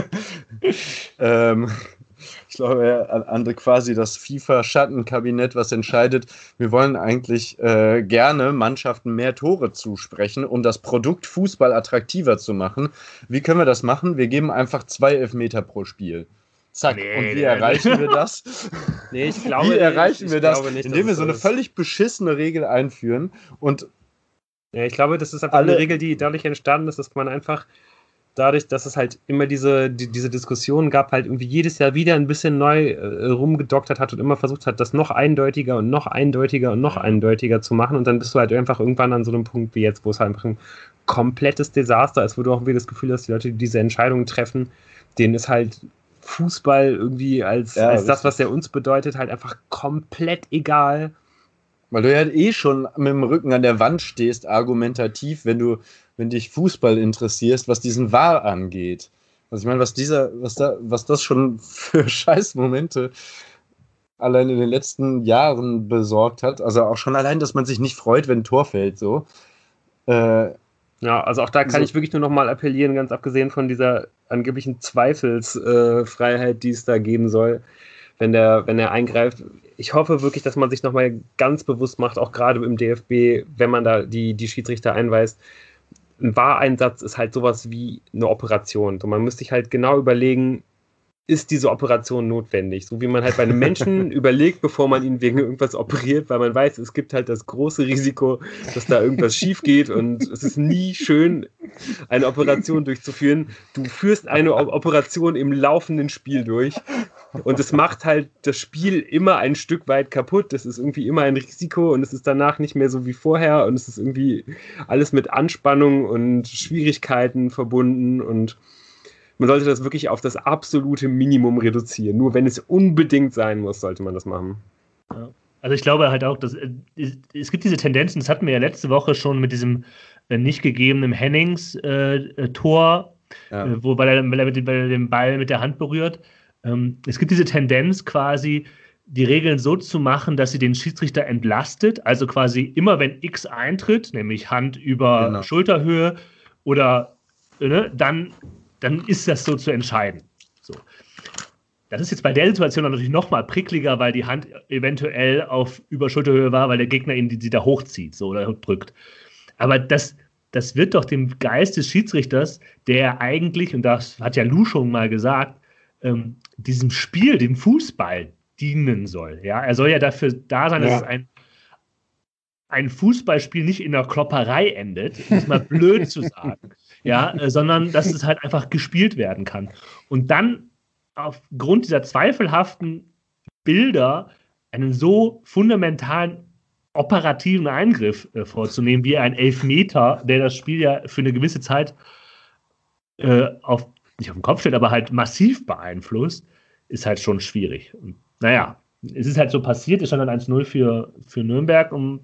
ähm, Ich glaube, andere quasi das FIFA-Schattenkabinett, was entscheidet, wir wollen eigentlich äh, gerne Mannschaften mehr Tore zusprechen, um das Produkt Fußball attraktiver zu machen. Wie können wir das machen? Wir geben einfach zwei Elfmeter pro Spiel. Zack. Nee, und wie nee, erreichen nee. wir das?
Nee, ich glaube
Wie
nicht,
erreichen
ich
wir das?
Nicht,
indem wir so eine ist. völlig beschissene Regel einführen und
ja, ich glaube, das ist einfach alle, eine Regel, die dadurch entstanden ist, dass man einfach dadurch, dass es halt immer diese, die, diese Diskussionen gab, halt irgendwie jedes Jahr wieder ein bisschen neu äh, rumgedoktert hat und immer versucht hat, das noch eindeutiger und noch eindeutiger und noch eindeutiger zu machen. Und dann bist du halt einfach irgendwann an so einem Punkt wie jetzt, wo es halt einfach ein komplettes Desaster ist, wo du auch wieder das Gefühl hast, die Leute, die diese Entscheidungen treffen, denen ist halt Fußball irgendwie als, ja, als das, was der uns bedeutet, halt einfach komplett egal.
Weil du ja eh schon mit dem Rücken an der Wand stehst, argumentativ, wenn du wenn dich Fußball interessierst, was diesen V A R angeht. Also ich meine, was dieser, was da, was das schon für Scheißmomente allein in den letzten Jahren besorgt hat. Also auch schon allein, dass man sich nicht freut, wenn ein Tor fällt, so. Äh,
ja, also auch da kann so. ich wirklich nur nochmal appellieren, ganz abgesehen von dieser angeblichen Zweifelsfreiheit, äh, die es da geben soll, wenn der, wenn er eingreift. Ich hoffe wirklich, dass man sich nochmal ganz bewusst macht, auch gerade im D F B, wenn man da die, die Schiedsrichter einweist, ein V A R-Einsatz ist halt sowas wie eine Operation. So, man müsste sich halt genau überlegen, ist diese Operation notwendig? So wie man halt bei einem Menschen überlegt, bevor man ihn wegen irgendwas operiert, weil man weiß, es gibt halt das große Risiko, dass da irgendwas schief geht und es ist nie schön, eine Operation durchzuführen. Du führst eine O- Operation im laufenden Spiel durch und es macht halt das Spiel immer ein Stück weit kaputt. Das ist irgendwie immer ein Risiko und es ist danach nicht mehr so wie vorher und es ist irgendwie alles mit Anspannung und Schwierigkeiten verbunden und man sollte das wirklich auf das absolute Minimum reduzieren. Nur wenn es unbedingt sein muss, sollte man das machen.
Ja. Also ich glaube halt auch, dass äh, es, es gibt diese Tendenzen, das hatten wir ja letzte Woche schon mit diesem äh, nicht gegebenen Hennings-Tor, äh, äh, ja. äh, wo weil er, weil er, mit, weil er den Ball mit der Hand berührt. Ähm, es gibt diese Tendenz quasi, die Regeln so zu machen, dass sie den Schiedsrichter entlastet. Also quasi immer, wenn X eintritt, nämlich Hand über genau. Schulterhöhe oder äh, ne, dann dann ist das so zu entscheiden. So. Das ist jetzt bei der Situation natürlich noch mal prickliger, weil die Hand eventuell auf über Schulterhöhe war, weil der Gegner ihn die, die da hochzieht so, oder drückt. Aber das, das wird doch dem Geist des Schiedsrichters, der eigentlich, und das hat ja Lou schon mal gesagt, ähm, diesem Spiel, dem Fußball dienen soll. Ja? Er soll ja dafür da sein, ja. dass es ein, ein Fußballspiel nicht in einer Klopperei endet, um es mal blöd zu sagen. Ja, äh, sondern dass es halt einfach gespielt werden kann. Und dann aufgrund dieser zweifelhaften Bilder einen so fundamentalen operativen Eingriff äh, vorzunehmen, wie ein Elfmeter, der das Spiel ja für eine gewisse Zeit äh, auf, nicht auf den Kopf stellt, aber halt massiv beeinflusst, ist halt schon schwierig. Und, naja, es ist halt so passiert, es stand dann eins null für, für Nürnberg und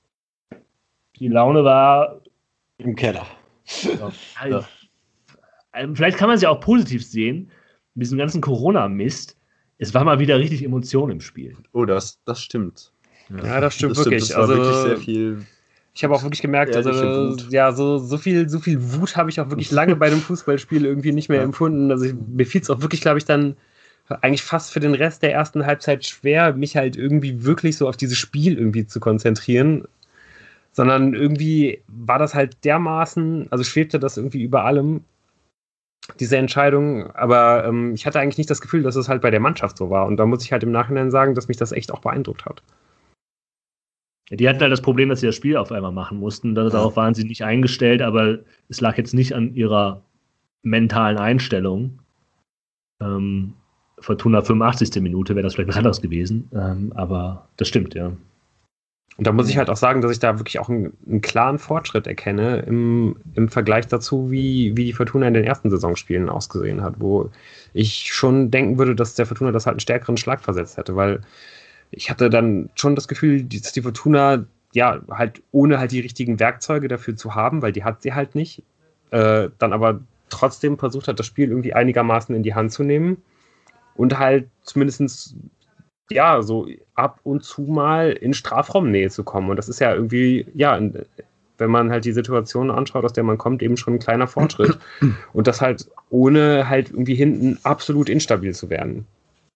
die Laune war
im Keller.
Ja, also, vielleicht kann man es ja auch positiv sehen, mit diesem ganzen Corona-Mist. Es war mal wieder richtig Emotion im Spiel.
Oh, das, das stimmt.
Ja, ja das stimmt das wirklich.
Stimmt, das
also,
war wirklich sehr viel.
Ich habe auch wirklich gemerkt, also Wut. ja, so, so, viel, so viel Wut habe ich auch wirklich lange bei dem Fußballspiel irgendwie nicht mehr ja. empfunden. Also ich, mir fiel es auch wirklich, glaube ich, dann eigentlich fast für den Rest der ersten Halbzeit schwer, mich halt irgendwie wirklich so auf dieses Spiel irgendwie zu konzentrieren. Sondern irgendwie war das halt dermaßen, also schwebte das irgendwie über allem, diese Entscheidung, aber ähm, ich hatte eigentlich nicht das Gefühl, dass es halt bei der Mannschaft so war und da muss ich halt im Nachhinein sagen, dass mich das echt auch beeindruckt hat.
Die hatten halt das Problem, dass sie das Spiel auf einmal machen mussten, darauf waren sie nicht eingestellt, aber es lag jetzt nicht an ihrer mentalen Einstellung. Ähm, Fortuna fünfundachtzigste Minute wäre das vielleicht noch anders gewesen, ähm, aber das stimmt, ja.
Und da muss ich halt auch sagen, dass ich da wirklich auch einen, einen klaren Fortschritt erkenne im, im Vergleich dazu, wie, wie die Fortuna in den ersten Saisonspielen ausgesehen hat, wo ich schon denken würde, dass der Fortuna das halt einen stärkeren Schlag versetzt hätte, weil ich hatte dann schon das Gefühl, dass die Fortuna, ja, halt ohne halt die richtigen Werkzeuge dafür zu haben, weil die hat sie halt nicht, äh, dann aber trotzdem versucht hat, das Spiel irgendwie einigermaßen in die Hand zu nehmen und halt zumindestens ja, so ab und zu mal in Strafraumnähe zu kommen. Und das ist ja irgendwie, ja, wenn man halt die Situation anschaut, aus der man kommt, eben schon ein kleiner Fortschritt. Und das halt ohne halt irgendwie hinten absolut instabil zu werden.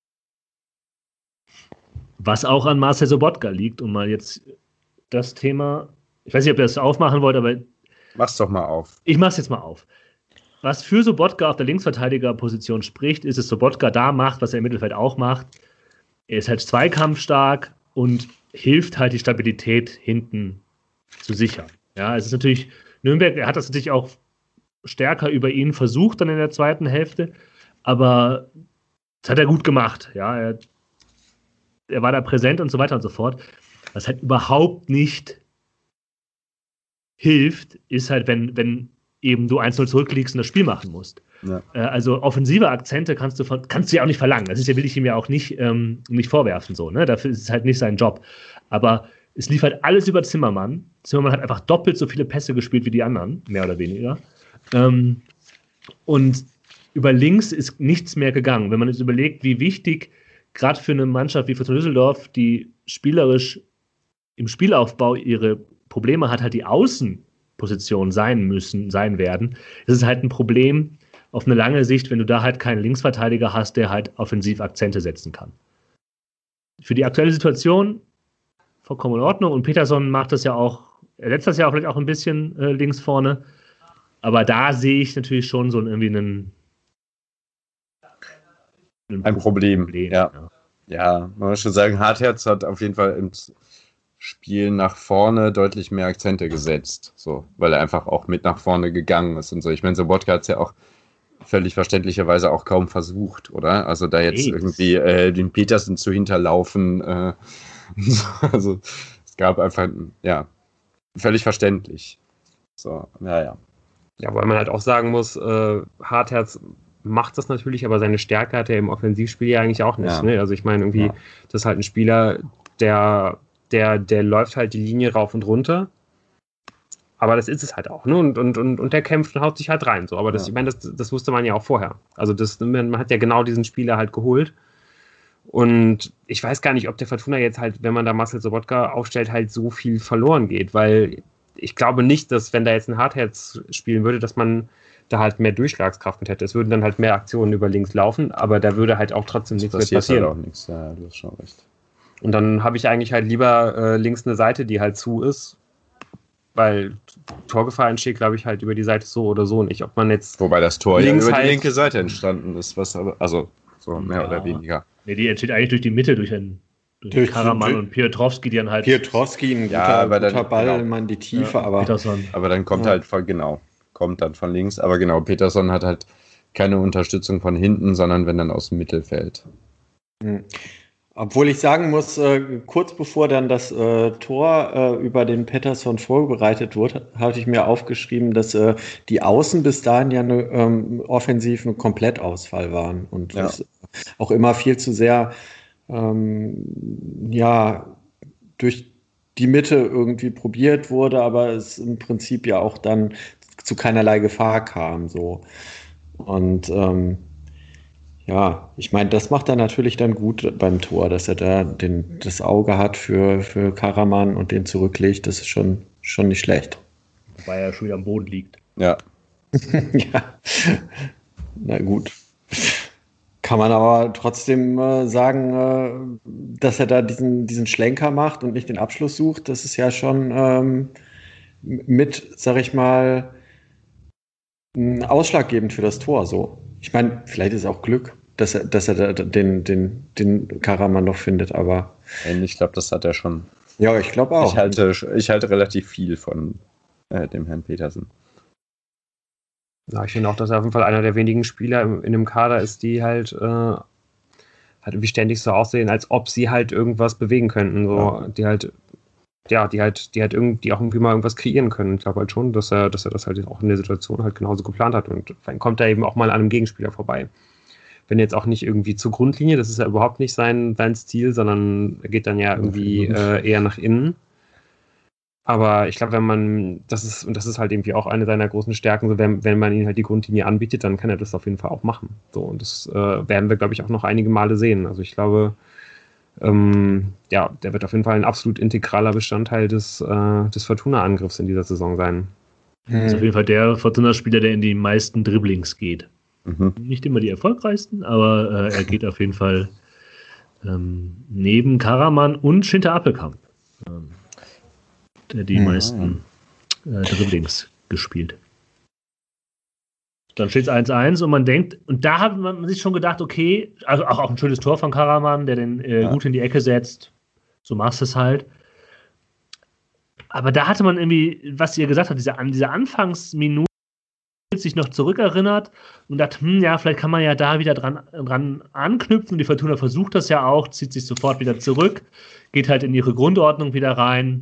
Was auch an Marcel Sobotka liegt, um mal jetzt das Thema, ich weiß nicht, ob ihr das aufmachen wollt, aber
mach's doch mal auf.
Ich mach's jetzt mal auf. Was für Sobotka auf der Linksverteidigerposition spricht, ist, dass Sobotka da macht, was er im Mittelfeld auch macht. Er ist halt zweikampfstark und hilft halt, die Stabilität hinten zu sichern. Ja, es ist natürlich, Nürnberg, er hat das natürlich auch stärker über ihn versucht dann in der zweiten Hälfte, aber das hat er gut gemacht. Ja, er, er war da präsent und so weiter und so fort. Was halt überhaupt nicht hilft, ist halt, wenn, wenn eben du eins null zurückliegst und das Spiel machen musst. Ja. Äh, also offensive Akzente kannst du von, kannst du ja auch nicht verlangen. Das ist ja, will ich ihm ja auch nicht, ähm, nicht vorwerfen. So, ne? Dafür ist es halt nicht sein Job. Aber es lief halt alles über Zimmermann. Zimmermann hat einfach doppelt so viele Pässe gespielt wie die anderen, mehr oder weniger. Ähm, und über links ist nichts mehr gegangen. Wenn man jetzt überlegt, wie wichtig gerade für eine Mannschaft wie Fortuna Düsseldorf, die spielerisch im Spielaufbau ihre Probleme hat, halt die Außenposition sein müssen, sein werden. Das ist halt ein Problem auf eine lange Sicht, wenn du da halt keinen Linksverteidiger hast, der halt offensiv Akzente setzen kann. Für die aktuelle Situation vollkommen in Ordnung und Peterson macht das ja auch, er setzt das ja auch vielleicht auch ein bisschen äh, links vorne, aber da sehe ich natürlich schon so irgendwie einen
ein, ein Problem. Problem ja. ja. Ja, man muss schon sagen, Hartherz hat auf jeden Fall im Spiel nach vorne deutlich mehr Akzente gesetzt, so, weil er einfach auch mit nach vorne gegangen ist und so. Ich meine, Sobotka hat es ja auch völlig verständlicherweise auch kaum versucht, oder? Also da jetzt hey. irgendwie äh, den Petersen zu hinterlaufen, äh, also es gab einfach, ja, völlig verständlich. So, ja, ja.
Ja, weil man halt auch sagen muss, äh, Hartherz macht das natürlich, aber seine Stärke hat er im Offensivspiel ja eigentlich auch nicht. Ja. Ne? Also ich meine, irgendwie, ja. das ist halt ein Spieler, der, der, der läuft halt die Linie rauf und runter. Aber das ist es halt auch, ne? Und, und, und, und der kämpft und haut sich halt rein. So. Aber das, ja. ich meine, das, das wusste man ja auch vorher. Also das, man hat ja genau diesen Spieler halt geholt. Und ich weiß gar nicht, ob der Fortuna jetzt halt, wenn man da Marcel Sobotka aufstellt, halt so viel verloren geht, weil ich glaube nicht, dass, wenn da jetzt ein Hartherz spielen würde, dass man da halt mehr Durchschlagskraft mit hätte. Es würden dann halt mehr Aktionen über links laufen, aber da würde halt auch trotzdem nichts mehr passieren.
Halt auch nichts. Ja, du hast schon recht.
Und dann habe ich eigentlich halt lieber äh, links eine Seite, die halt zu ist, weil Torgefahr entsteht, glaube ich, halt über die Seite so oder so nicht. Ob man jetzt
Wobei das Tor ja über halt die linke Seite entstanden ist, was aber, also so mehr ja. oder weniger.
Nee, die entsteht eigentlich durch die Mitte, durch einen durch, durch Karaman und Piotrowski, die dann halt...
Piotrowski, ein guter,
ja, aber
guter
dann,
Ball,
genau.
man die Tiefe,
ja,
aber...
Peterson.
Aber dann kommt ja. halt von, genau, kommt dann von links, aber genau, Peterson hat halt keine Unterstützung von hinten, sondern wenn dann aus dem Mittelfeld.
Hm. Obwohl ich sagen muss, äh, kurz bevor dann das äh, Tor äh, über den Pettersson vorbereitet wurde, hatte ich mir aufgeschrieben, dass äh, die Außen bis dahin ja eine ähm, offensiven Komplettausfall waren und ja. das auch immer viel zu sehr ähm, ja durch die Mitte irgendwie probiert wurde, aber es im Prinzip ja auch dann zu keinerlei Gefahr kam. So. Und ähm, ja, ich meine, das macht er natürlich dann gut beim Tor, dass er da den, das Auge hat für, für Karaman und den zurücklegt. Das ist schon, schon nicht schlecht.
Wobei er schon wieder am Boden liegt.
Ja.
ja. Na gut. Kann man aber trotzdem äh, sagen, äh, dass er da diesen, diesen Schlenker macht und nicht den Abschluss sucht. Das ist ja schon ähm, mit, sag ich mal, ausschlaggebend für das Tor. So. Ich meine, vielleicht ist es auch Glück, dass er, dass er da den, den, den Karaman noch findet, aber.
Ich glaube, das hat er schon.
Ja, ich glaube auch.
Ich halte, ich halte relativ viel von äh, dem Herrn Petersen.
Ja, ich finde auch, dass er auf jeden Fall einer der wenigen Spieler in, in dem Kader ist, die halt, äh, halt irgendwie ständig so aussehen, als ob sie halt irgendwas bewegen könnten. So, ja. Die halt, ja, die halt, die halt irgendwie auch irgendwie mal irgendwas kreieren können. Ich glaube halt schon, dass er, dass er das halt auch in der Situation halt genauso geplant hat. Und dann kommt er eben auch mal an einem Gegenspieler vorbei. Wenn jetzt auch nicht irgendwie zur Grundlinie, das ist ja überhaupt nicht sein, sein Stil, sondern er geht dann ja irgendwie äh, eher nach innen. Aber ich glaube, wenn man, das ist, und das ist halt irgendwie auch eine seiner großen Stärken, so wenn, wenn man ihm halt die Grundlinie anbietet, dann kann er das auf jeden Fall auch machen. So, und das äh, werden wir, glaube ich, auch noch einige Male sehen. Also ich glaube, ähm, ja, der wird auf jeden Fall ein absolut integraler Bestandteil des, äh, des Fortuna-Angriffs in dieser Saison sein.
Das ist auf jeden Fall der Fortuna-Spieler, der in die meisten Dribblings geht. Mhm. Nicht immer die erfolgreichsten, aber äh, er geht auf jeden Fall ähm, neben Karaman und Schinter Appelkamp, ähm, der die mhm. meisten äh, Dribblings gespielt. Dann steht es eins eins und man denkt, und da hat man sich schon gedacht, okay, also auch, auch ein schönes Tor von Karaman, der den äh, ja. gut in die Ecke setzt. So machst du es halt. Aber da hatte man irgendwie, was ihr gesagt habt, diese, an diese Anfangsminute sich noch zurückerinnert und dachte, hm, ja, vielleicht kann man ja da wieder dran, dran anknüpfen. Die Fortuna versucht das ja auch, zieht sich sofort wieder zurück, geht halt in ihre Grundordnung wieder rein.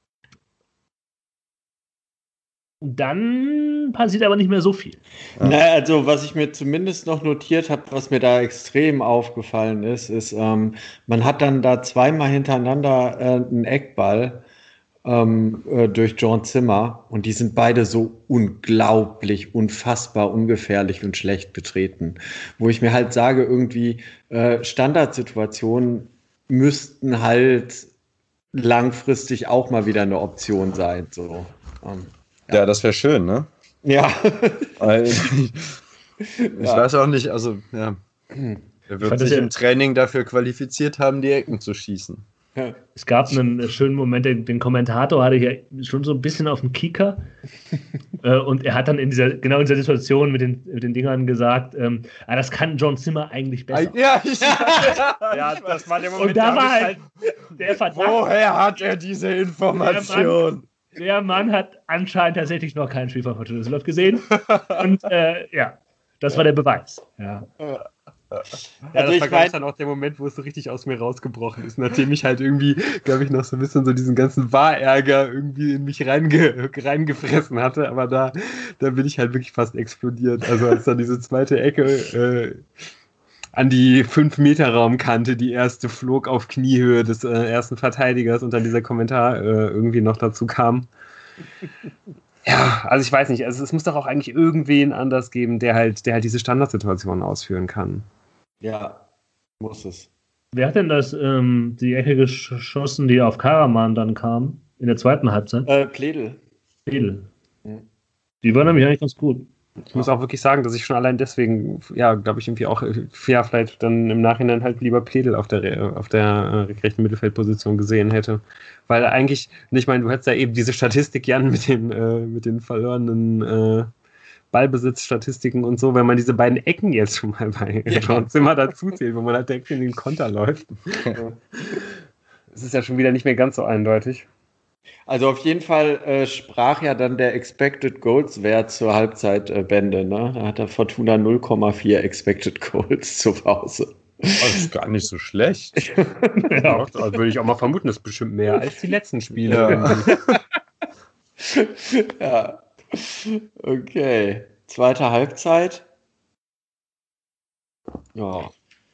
Und dann passiert aber nicht mehr so viel.
Ja. Na, also was ich mir zumindest noch notiert habe, was mir da extrem aufgefallen ist, ist, ähm, man hat dann da zweimal hintereinander äh, einen Eckball ähm, äh, durch John Zimmer und die sind beide so unglaublich, unfassbar ungefährlich und schlecht betreten. Wo ich mir halt sage, irgendwie äh, Standardsituationen müssten halt langfristig auch mal wieder eine Option sein. So. Ähm,
ja. ja, das wäre schön, ne?
Ja.
ich ich ja. weiß auch nicht, also ja. Er wird sich im Training dafür qualifiziert haben, die Ecken zu schießen.
Ja. Es gab einen schönen Moment, den, den Kommentator hatte ich ja schon so ein bisschen auf dem Kieker. Äh, und er hat dann in dieser, genau in dieser Situation mit den, mit den Dingern gesagt, ähm, ah, das kann John Zimmer eigentlich besser.
Ja, ich,
Ja, das war der Moment,
Und da
hab
war
ich
halt der Verdacht,
woher hat er diese Information?
der Mann hat anscheinend tatsächlich noch kein Spiel von Fortuna Düsseldorf gesehen. Und äh, ja, das war der Beweis. Ja.
Ja,
Also
das
ich
war, glaube ich,
mein-
dann auch der Moment, wo es so richtig aus mir rausgebrochen ist, nachdem ich halt irgendwie, glaube ich, noch so ein bisschen so diesen ganzen Wahrärger irgendwie in mich reinge reingefressen hatte, aber da, da bin ich halt wirklich fast explodiert. Also als dann diese zweite Ecke äh, an die fünf Meter Raumkante, die erste flog auf Kniehöhe des äh, ersten Verteidigers und dann dieser Kommentar äh, irgendwie noch dazu kam. Ja, also ich weiß nicht, also es muss doch auch eigentlich irgendwen anders geben, der halt, der halt diese Standardsituation ausführen kann.
Ja, muss es.
Wer hat denn das, ähm, die Ecke geschossen, die auf Karaman dann kam, in der zweiten Halbzeit?
Äh, Pledel.
Edel.
Mhm.
Die war nämlich eigentlich ganz gut.
Ich muss auch wirklich sagen, dass ich schon allein deswegen, ja, glaube ich, irgendwie auch, ja, vielleicht dann im Nachhinein halt lieber Pledel auf der, auf der äh, rechten Mittelfeldposition gesehen hätte. Weil eigentlich, ich meine, du hättest ja eben diese Statistik, Jan, mit den, äh, mit den verlorenen äh, Ballbesitzstatistiken und so, wenn man diese beiden Ecken jetzt schon mal bei John Zimmer dazu zählt, wo man halt direkt in den Konter läuft. Es ist ja schon wieder nicht mehr ganz so eindeutig.
Also auf jeden Fall äh, sprach ja dann der Expected Goals Wert zur Halbzeit äh, Bände. Ne? Da hat der Fortuna null Komma vier Expected Goals zu Hause.
Das ist gar nicht so schlecht.
Ja, also würde ich auch mal vermuten, das ist bestimmt mehr als die letzten Spiele.
Ja.
Ja. Okay. Zweite Halbzeit. Ja.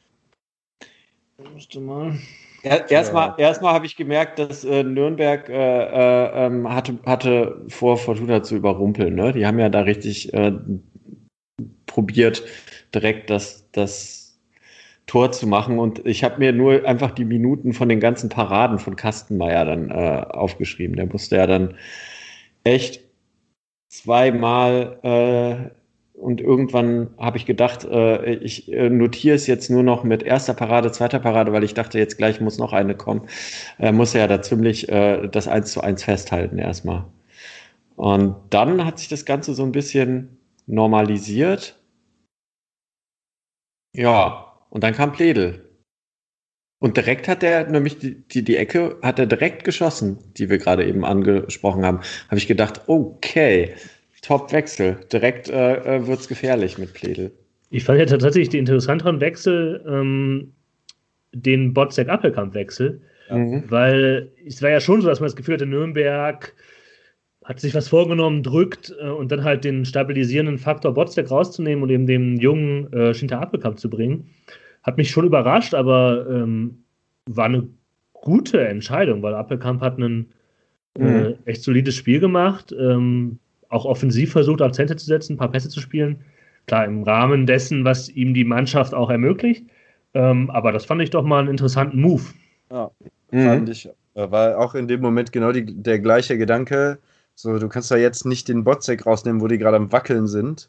Musste mal.
Er, erstmal erstmal habe ich gemerkt, dass äh, Nürnberg äh, äh, ähm, hatte, hatte vor, Fortuna zu überrumpeln. Ne? Die haben ja da richtig äh, probiert, direkt das, das Tor zu machen. Und ich habe mir nur einfach die Minuten von den ganzen Paraden von Kastenmeier dann äh, aufgeschrieben. Der musste ja dann echt zweimal äh, und irgendwann habe ich gedacht, äh, ich äh, notiere es jetzt nur noch mit erster Parade, zweiter Parade, weil ich dachte, jetzt gleich muss noch eine kommen. Er muss ja da ziemlich äh, das eins zu eins festhalten erstmal. Und dann hat sich das Ganze so ein bisschen normalisiert. Ja, und dann kam Pledel. Und direkt hat er nämlich die, die, die Ecke hat er direkt geschossen, die wir gerade eben angesprochen haben. Habe ich gedacht, okay, Top-Wechsel. Direkt äh, wird es gefährlich mit Pledel.
Ich fand ja tatsächlich den interessanteren Wechsel, ähm, den Botzek-Appelkamp-Wechsel,
Mhm.
weil es war ja schon so, dass man das Gefühl hatte, Nürnberg hat sich was vorgenommen, drückt äh, und dann halt den stabilisierenden Faktor Botzek rauszunehmen und eben den jungen äh, Schinter Appelkamp zu bringen. Hat mich schon überrascht, aber ähm, war eine gute Entscheidung, weil Appelkamp hat ein äh,
Mhm.
echt solides Spiel gemacht, ähm, auch offensiv versucht, Akzente zu setzen, ein paar Pässe zu spielen. Klar, im Rahmen dessen, was ihm die Mannschaft auch ermöglicht. Ähm, aber das fand ich doch mal einen interessanten Move.
Ja,
Mhm.
fand ich. War auch in dem Moment genau die, der gleiche Gedanke. So, du kannst da jetzt nicht den Botzek rausnehmen, wo die gerade am Wackeln sind.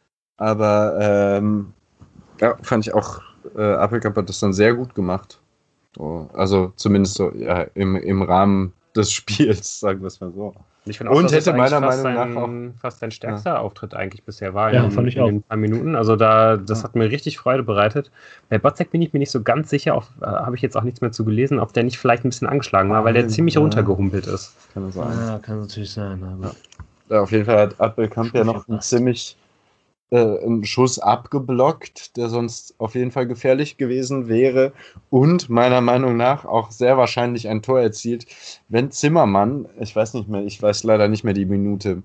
Aber ähm, ja, fand ich auch, äh, Appelkamp hat das dann sehr gut gemacht. So, also zumindest so ja, im, im Rahmen des Spiels, sagen wir es mal so.
Ich finde auch,
Und
dass
hätte
es eigentlich
meiner
fast
Meinung
sein,
nach
fast sein stärkster Auftritt eigentlich bisher war
Ja,
in,
fand ich
in
auch.
den paar Minuten. Also da, das
Ja.
hat mir richtig Freude bereitet. Bei Botzek bin ich mir nicht so ganz sicher, auf, äh, habe ich jetzt auch nichts mehr zu gelesen, ob der nicht vielleicht ein bisschen angeschlagen war, weil der
Ah,
ziemlich
ja.
runtergehumpelt ist.
Kann man sagen.
Ja, kann natürlich sein. Aber
Ja, auf jeden Fall hat Appelkamp ja noch einen
Passt.
ziemlich äh, einen Schuss abgeblockt, der sonst auf jeden Fall gefährlich gewesen wäre und meiner Meinung nach auch sehr wahrscheinlich ein Tor erzielt, wenn Zimmermann, ich weiß nicht mehr, ich weiß leider nicht mehr die Minute,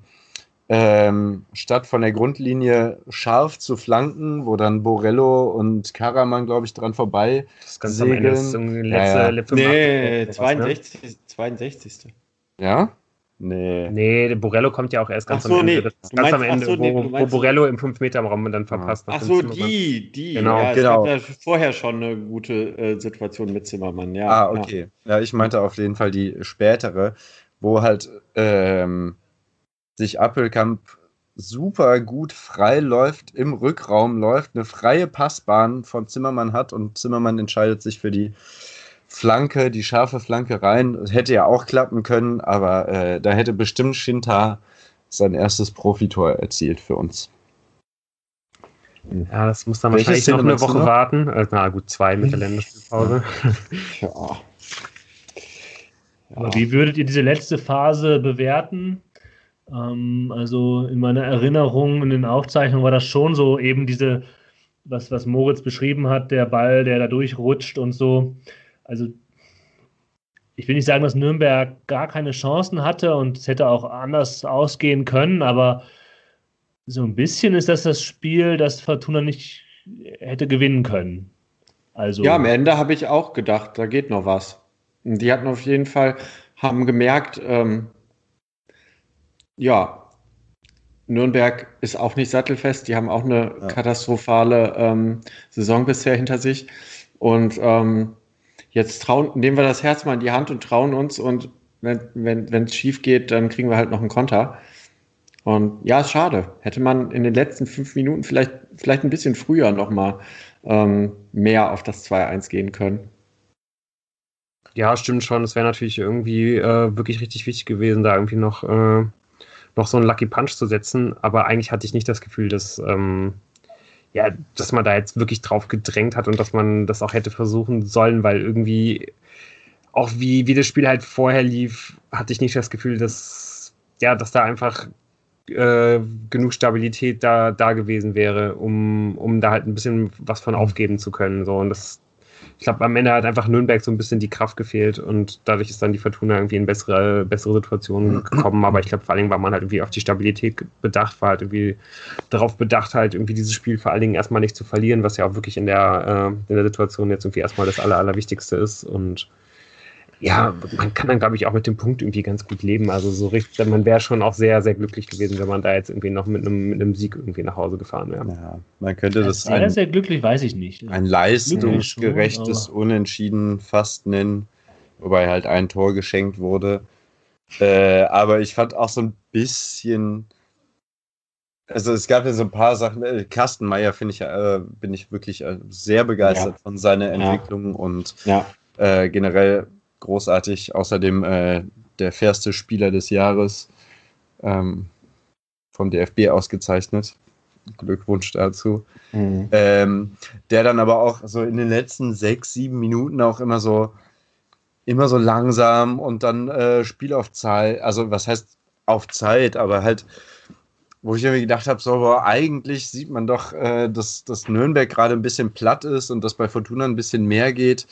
ähm, statt von der Grundlinie scharf zu flanken, wo dann Borello und Karaman, glaube ich, dran vorbei.
Das ist ganz am Ende. Das ist
Segeln.
irgendwie
Ja,
letzte,
ja.
letzte
Nee,
sowas, ne?
zweiundsechzig. zweiundsechzig.
Ja? Nee.
Nee, der Borello kommt ja auch erst ganz
Ach so,
am Ende.
nee.
Das ist
Du
ganz am
meinst-
Ende,
ach so, nee,
wo,
du
wo
meinst-
Borello im fünf Meter Raum dann verpasst.
Ach
nach dem
so,
Zimmermann.
die, die.
Genau,
ja,
genau.
Es gab ja vorher schon eine gute äh, Situation mit Zimmermann. Ja,
Ah, okay. Ja, ich meinte auf jeden Fall die spätere, wo halt ähm, sich Appelkamp super gut frei läuft, im Rückraum läuft, eine freie Passbahn von Zimmermann hat und Zimmermann entscheidet sich für die Flanke, die scharfe Flanke rein. Das hätte ja auch klappen können, aber äh, da hätte bestimmt Schinter sein erstes Profitor erzielt für uns.
Ja, das muss dann
Welche
wahrscheinlich
Szene
noch eine
meinst du
Woche
noch?
warten. Äh, Na gut, zwei mit der Länderspielpause.
Ja.
Aber wie würdet ihr diese letzte Phase bewerten? Ähm, also in meiner Erinnerung, in den Aufzeichnungen war das schon so eben diese, was, was Moritz beschrieben hat, der Ball, der da durchrutscht und so. Also ich will nicht sagen, dass Nürnberg gar keine Chancen hatte und es hätte auch anders ausgehen können, aber so ein bisschen ist das das Spiel, das Fortuna nicht hätte gewinnen können. Also
Ja, am Ende habe ich auch gedacht, da geht noch was. Und die hatten auf jeden Fall, haben gemerkt, ähm, ja, Nürnberg ist auch nicht sattelfest, die haben auch eine
Ja.
katastrophale ähm, Saison bisher hinter sich. Und ähm, jetzt trauen, nehmen wir das Herz mal in die Hand und trauen uns und wenn wenn wenn es schief geht, dann kriegen wir halt noch einen Konter. Und ja, ist schade. Hätte man in den letzten fünf Minuten vielleicht, vielleicht ein bisschen früher nochmal ähm, mehr auf das zwei eins gehen können.
Ja, stimmt schon. Es wäre natürlich irgendwie äh, wirklich richtig wichtig gewesen, da irgendwie noch, äh, noch so einen Lucky Punch zu setzen. Aber eigentlich hatte ich nicht das Gefühl, dass, ähm, ja, dass man da jetzt wirklich drauf gedrängt hat und dass man das auch hätte versuchen sollen, weil irgendwie auch wie, wie das Spiel halt vorher lief, hatte ich nicht das Gefühl, dass, ja, dass da einfach äh, genug Stabilität da, da gewesen wäre, um, um da halt ein bisschen was von aufgeben zu können. So. Und das, ich glaube, am Ende hat einfach Nürnberg so ein bisschen die Kraft gefehlt und dadurch ist dann die Fortuna irgendwie in bessere, bessere Situationen gekommen. Aber ich glaube, vor allen Dingen war man halt irgendwie auf die Stabilität bedacht, war halt irgendwie darauf bedacht, halt irgendwie dieses Spiel vor allen Dingen erstmal nicht zu verlieren, was ja auch wirklich in der, äh, in der Situation jetzt irgendwie erstmal das Aller, Allerwichtigste ist. Und ja, man kann dann, glaube ich, auch mit dem Punkt irgendwie ganz gut leben. Also so richtig, man wäre schon auch sehr, sehr glücklich gewesen, wenn man da jetzt irgendwie noch mit einem, mit einem Sieg irgendwie nach Hause gefahren wäre.
Ja, man könnte das
sehr,
ein,
sehr glücklich, weiß ich nicht.
ein
Glücklich
leistungsgerechtes
schon,
Unentschieden fast nennen, wobei halt ein Tor geschenkt wurde. Äh, aber ich fand auch so ein bisschen, also es gab ja so ein paar Sachen. Äh, Kastenmeier finde ich, äh, bin ich wirklich äh, sehr begeistert
Ja.
von seiner
Ja.
Entwicklung und
Ja,
äh, generell großartig. Außerdem äh, der fairste Spieler des Jahres ähm, vom D F B ausgezeichnet. Glückwunsch dazu.
mhm.
Ähm, der dann aber auch so in den letzten sechs, sieben Minuten auch immer so immer so langsam und dann äh, Spiel auf Zeit, also was heißt auf Zeit, aber halt, wo ich irgendwie gedacht habe, so, boah, eigentlich sieht man doch, äh, dass, dass Nürnberg gerade ein bisschen platt ist und dass bei Fortuna ein bisschen mehr geht.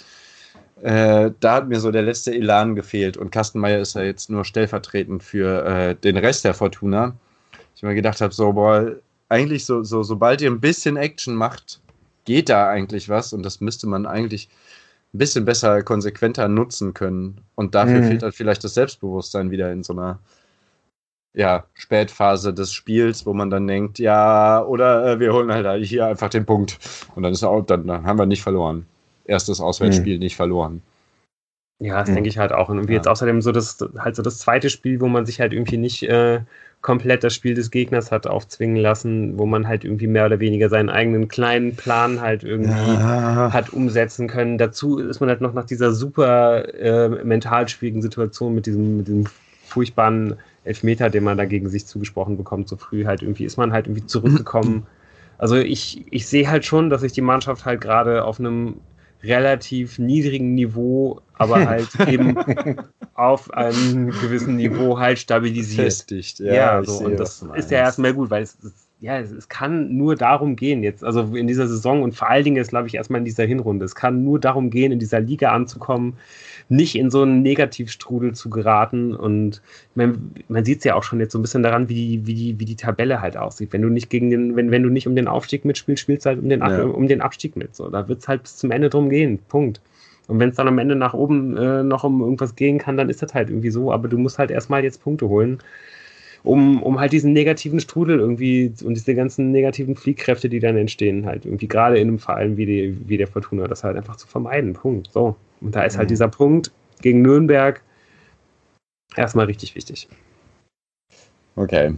Äh, da hat mir so der letzte Elan gefehlt und Kastenmeier ist ja jetzt nur stellvertretend für äh, den Rest der Fortuna. Ich mir gedacht habe, so, boah, eigentlich so, so, sobald ihr ein bisschen Action macht, geht da eigentlich was und das müsste man eigentlich ein bisschen besser, konsequenter nutzen können. Und dafür
Mhm.
fehlt halt vielleicht das Selbstbewusstsein wieder in so einer ja, Spätphase des Spiels, wo man dann denkt, ja, oder äh, wir holen halt hier einfach den Punkt. Und dann ist auch, dann, dann haben wir nicht verloren. Erstes Auswärtsspiel nicht verloren.
Ja, das
Mhm.
denke ich halt auch. Und irgendwie
Ja.
jetzt außerdem so das, halt so das zweite Spiel, wo man sich halt irgendwie nicht äh, komplett das Spiel des Gegners hat aufzwingen lassen, wo man halt irgendwie mehr oder weniger seinen eigenen kleinen Plan halt irgendwie
Ja.
hat umsetzen können. Dazu ist man halt noch nach dieser super äh, mental schwierigen Situation mit diesem, mit diesem furchtbaren Elfmeter, den man da gegen sich zugesprochen bekommt, so früh halt irgendwie, ist man halt irgendwie zurückgekommen. Also ich, ich sehe halt schon, dass sich die Mannschaft halt gerade auf einem relativ niedrigen Niveau, aber halt eben auf einem gewissen Niveau halt stabilisiert.
Festigt, ja.
Ja,
ich
so,
sehe,
und
was
das
du
ist ja
meinst.
erstmal gut, weil es, es, ja, es, es kann nur darum gehen jetzt, also in dieser Saison und vor allen Dingen jetzt, glaube ich, erstmal in dieser Hinrunde, es kann nur darum gehen, in dieser Liga anzukommen, nicht in so einen Negativstrudel zu geraten und man, man sieht es ja auch schon jetzt so ein bisschen daran, wie die, wie die, wie die Tabelle halt aussieht. Wenn du nicht gegen den, wenn, wenn du nicht um den Aufstieg mitspielst, spielst du halt um den, Ab-
Ja.
um den Abstieg mit. So. Da wird es halt bis zum Ende drum gehen. Punkt. Und wenn es dann am Ende nach oben äh, noch um irgendwas gehen kann, dann ist das halt irgendwie so, aber du musst halt erstmal jetzt Punkte holen, um, um halt diesen negativen Strudel irgendwie und diese ganzen negativen Fliehkräfte, die dann entstehen, halt irgendwie gerade in einem Verein wie, die, wie der Fortuna, das halt einfach zu vermeiden. Punkt. So. Und da ist halt
Mhm.
dieser Punkt gegen Nürnberg erstmal richtig wichtig.
Okay.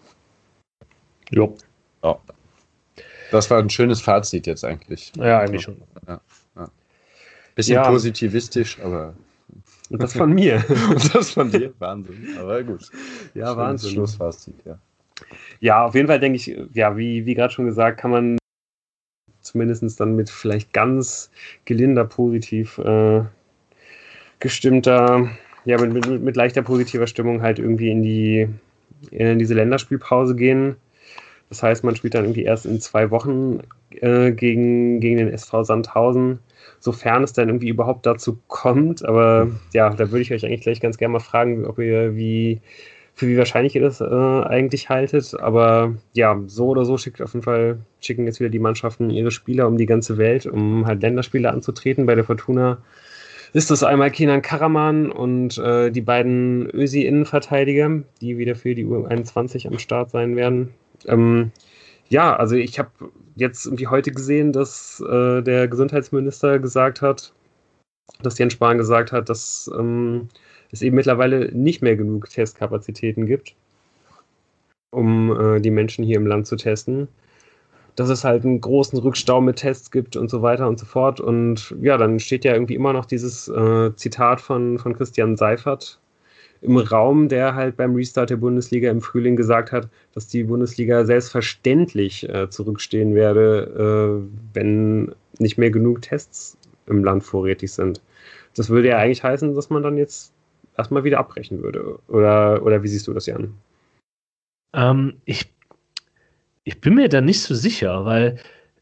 Jo.
Ja. Das war ein schönes Fazit jetzt eigentlich.
Ja, eigentlich schon.
Bisschen
Ja.
positivistisch, aber
Und das von mir.
Und das von dir? Wahnsinn. Aber gut.
Ja,
Schönes
Wahnsinn.
Schlussfazit, ja.
Ja, auf jeden Fall denke ich, ja, wie, wie gerade schon gesagt, kann man zumindest dann mit vielleicht ganz gelinder positiv äh, gestimmter, ja, mit, mit, mit leichter positiver Stimmung halt irgendwie in die in diese Länderspielpause gehen. Das heißt, man spielt dann irgendwie erst in zwei Wochen äh, gegen, gegen den S V Sandhausen, sofern es dann irgendwie überhaupt dazu kommt. Aber ja, da würde ich euch eigentlich gleich ganz gerne mal fragen, ob ihr wie für wie wahrscheinlich ihr das äh, eigentlich haltet. Aber ja, so oder so schickt auf jeden Fall, schicken jetzt wieder die Mannschaften ihre Spieler um die ganze Welt, um halt Länderspiele anzutreten. Bei der Fortuna ist das einmal Kenan Karaman und äh, die beiden Ösi-Innenverteidiger, die wieder für die U einundzwanzig am Start sein werden. Ähm, ja, also ich habe jetzt irgendwie heute gesehen, dass äh, der Gesundheitsminister gesagt hat, dass Jens Spahn gesagt hat, dass ähm, es eben mittlerweile nicht mehr genug Testkapazitäten gibt, um äh, die Menschen hier im Land zu testen. Dass es halt einen großen Rückstau mit Tests gibt und so weiter und so fort. Und ja, dann steht ja irgendwie immer noch dieses äh, Zitat von, von Christian Seifert im Raum, der halt beim Restart der Bundesliga im Frühling gesagt hat, dass die Bundesliga selbstverständlich äh, zurückstehen werde, äh, wenn nicht mehr genug Tests im Land vorrätig sind. Das würde ja eigentlich heißen, dass man dann jetzt erstmal wieder abbrechen würde. Oder, oder wie siehst du das, Jan?
Ähm, ich Ich bin mir da nicht so sicher, weil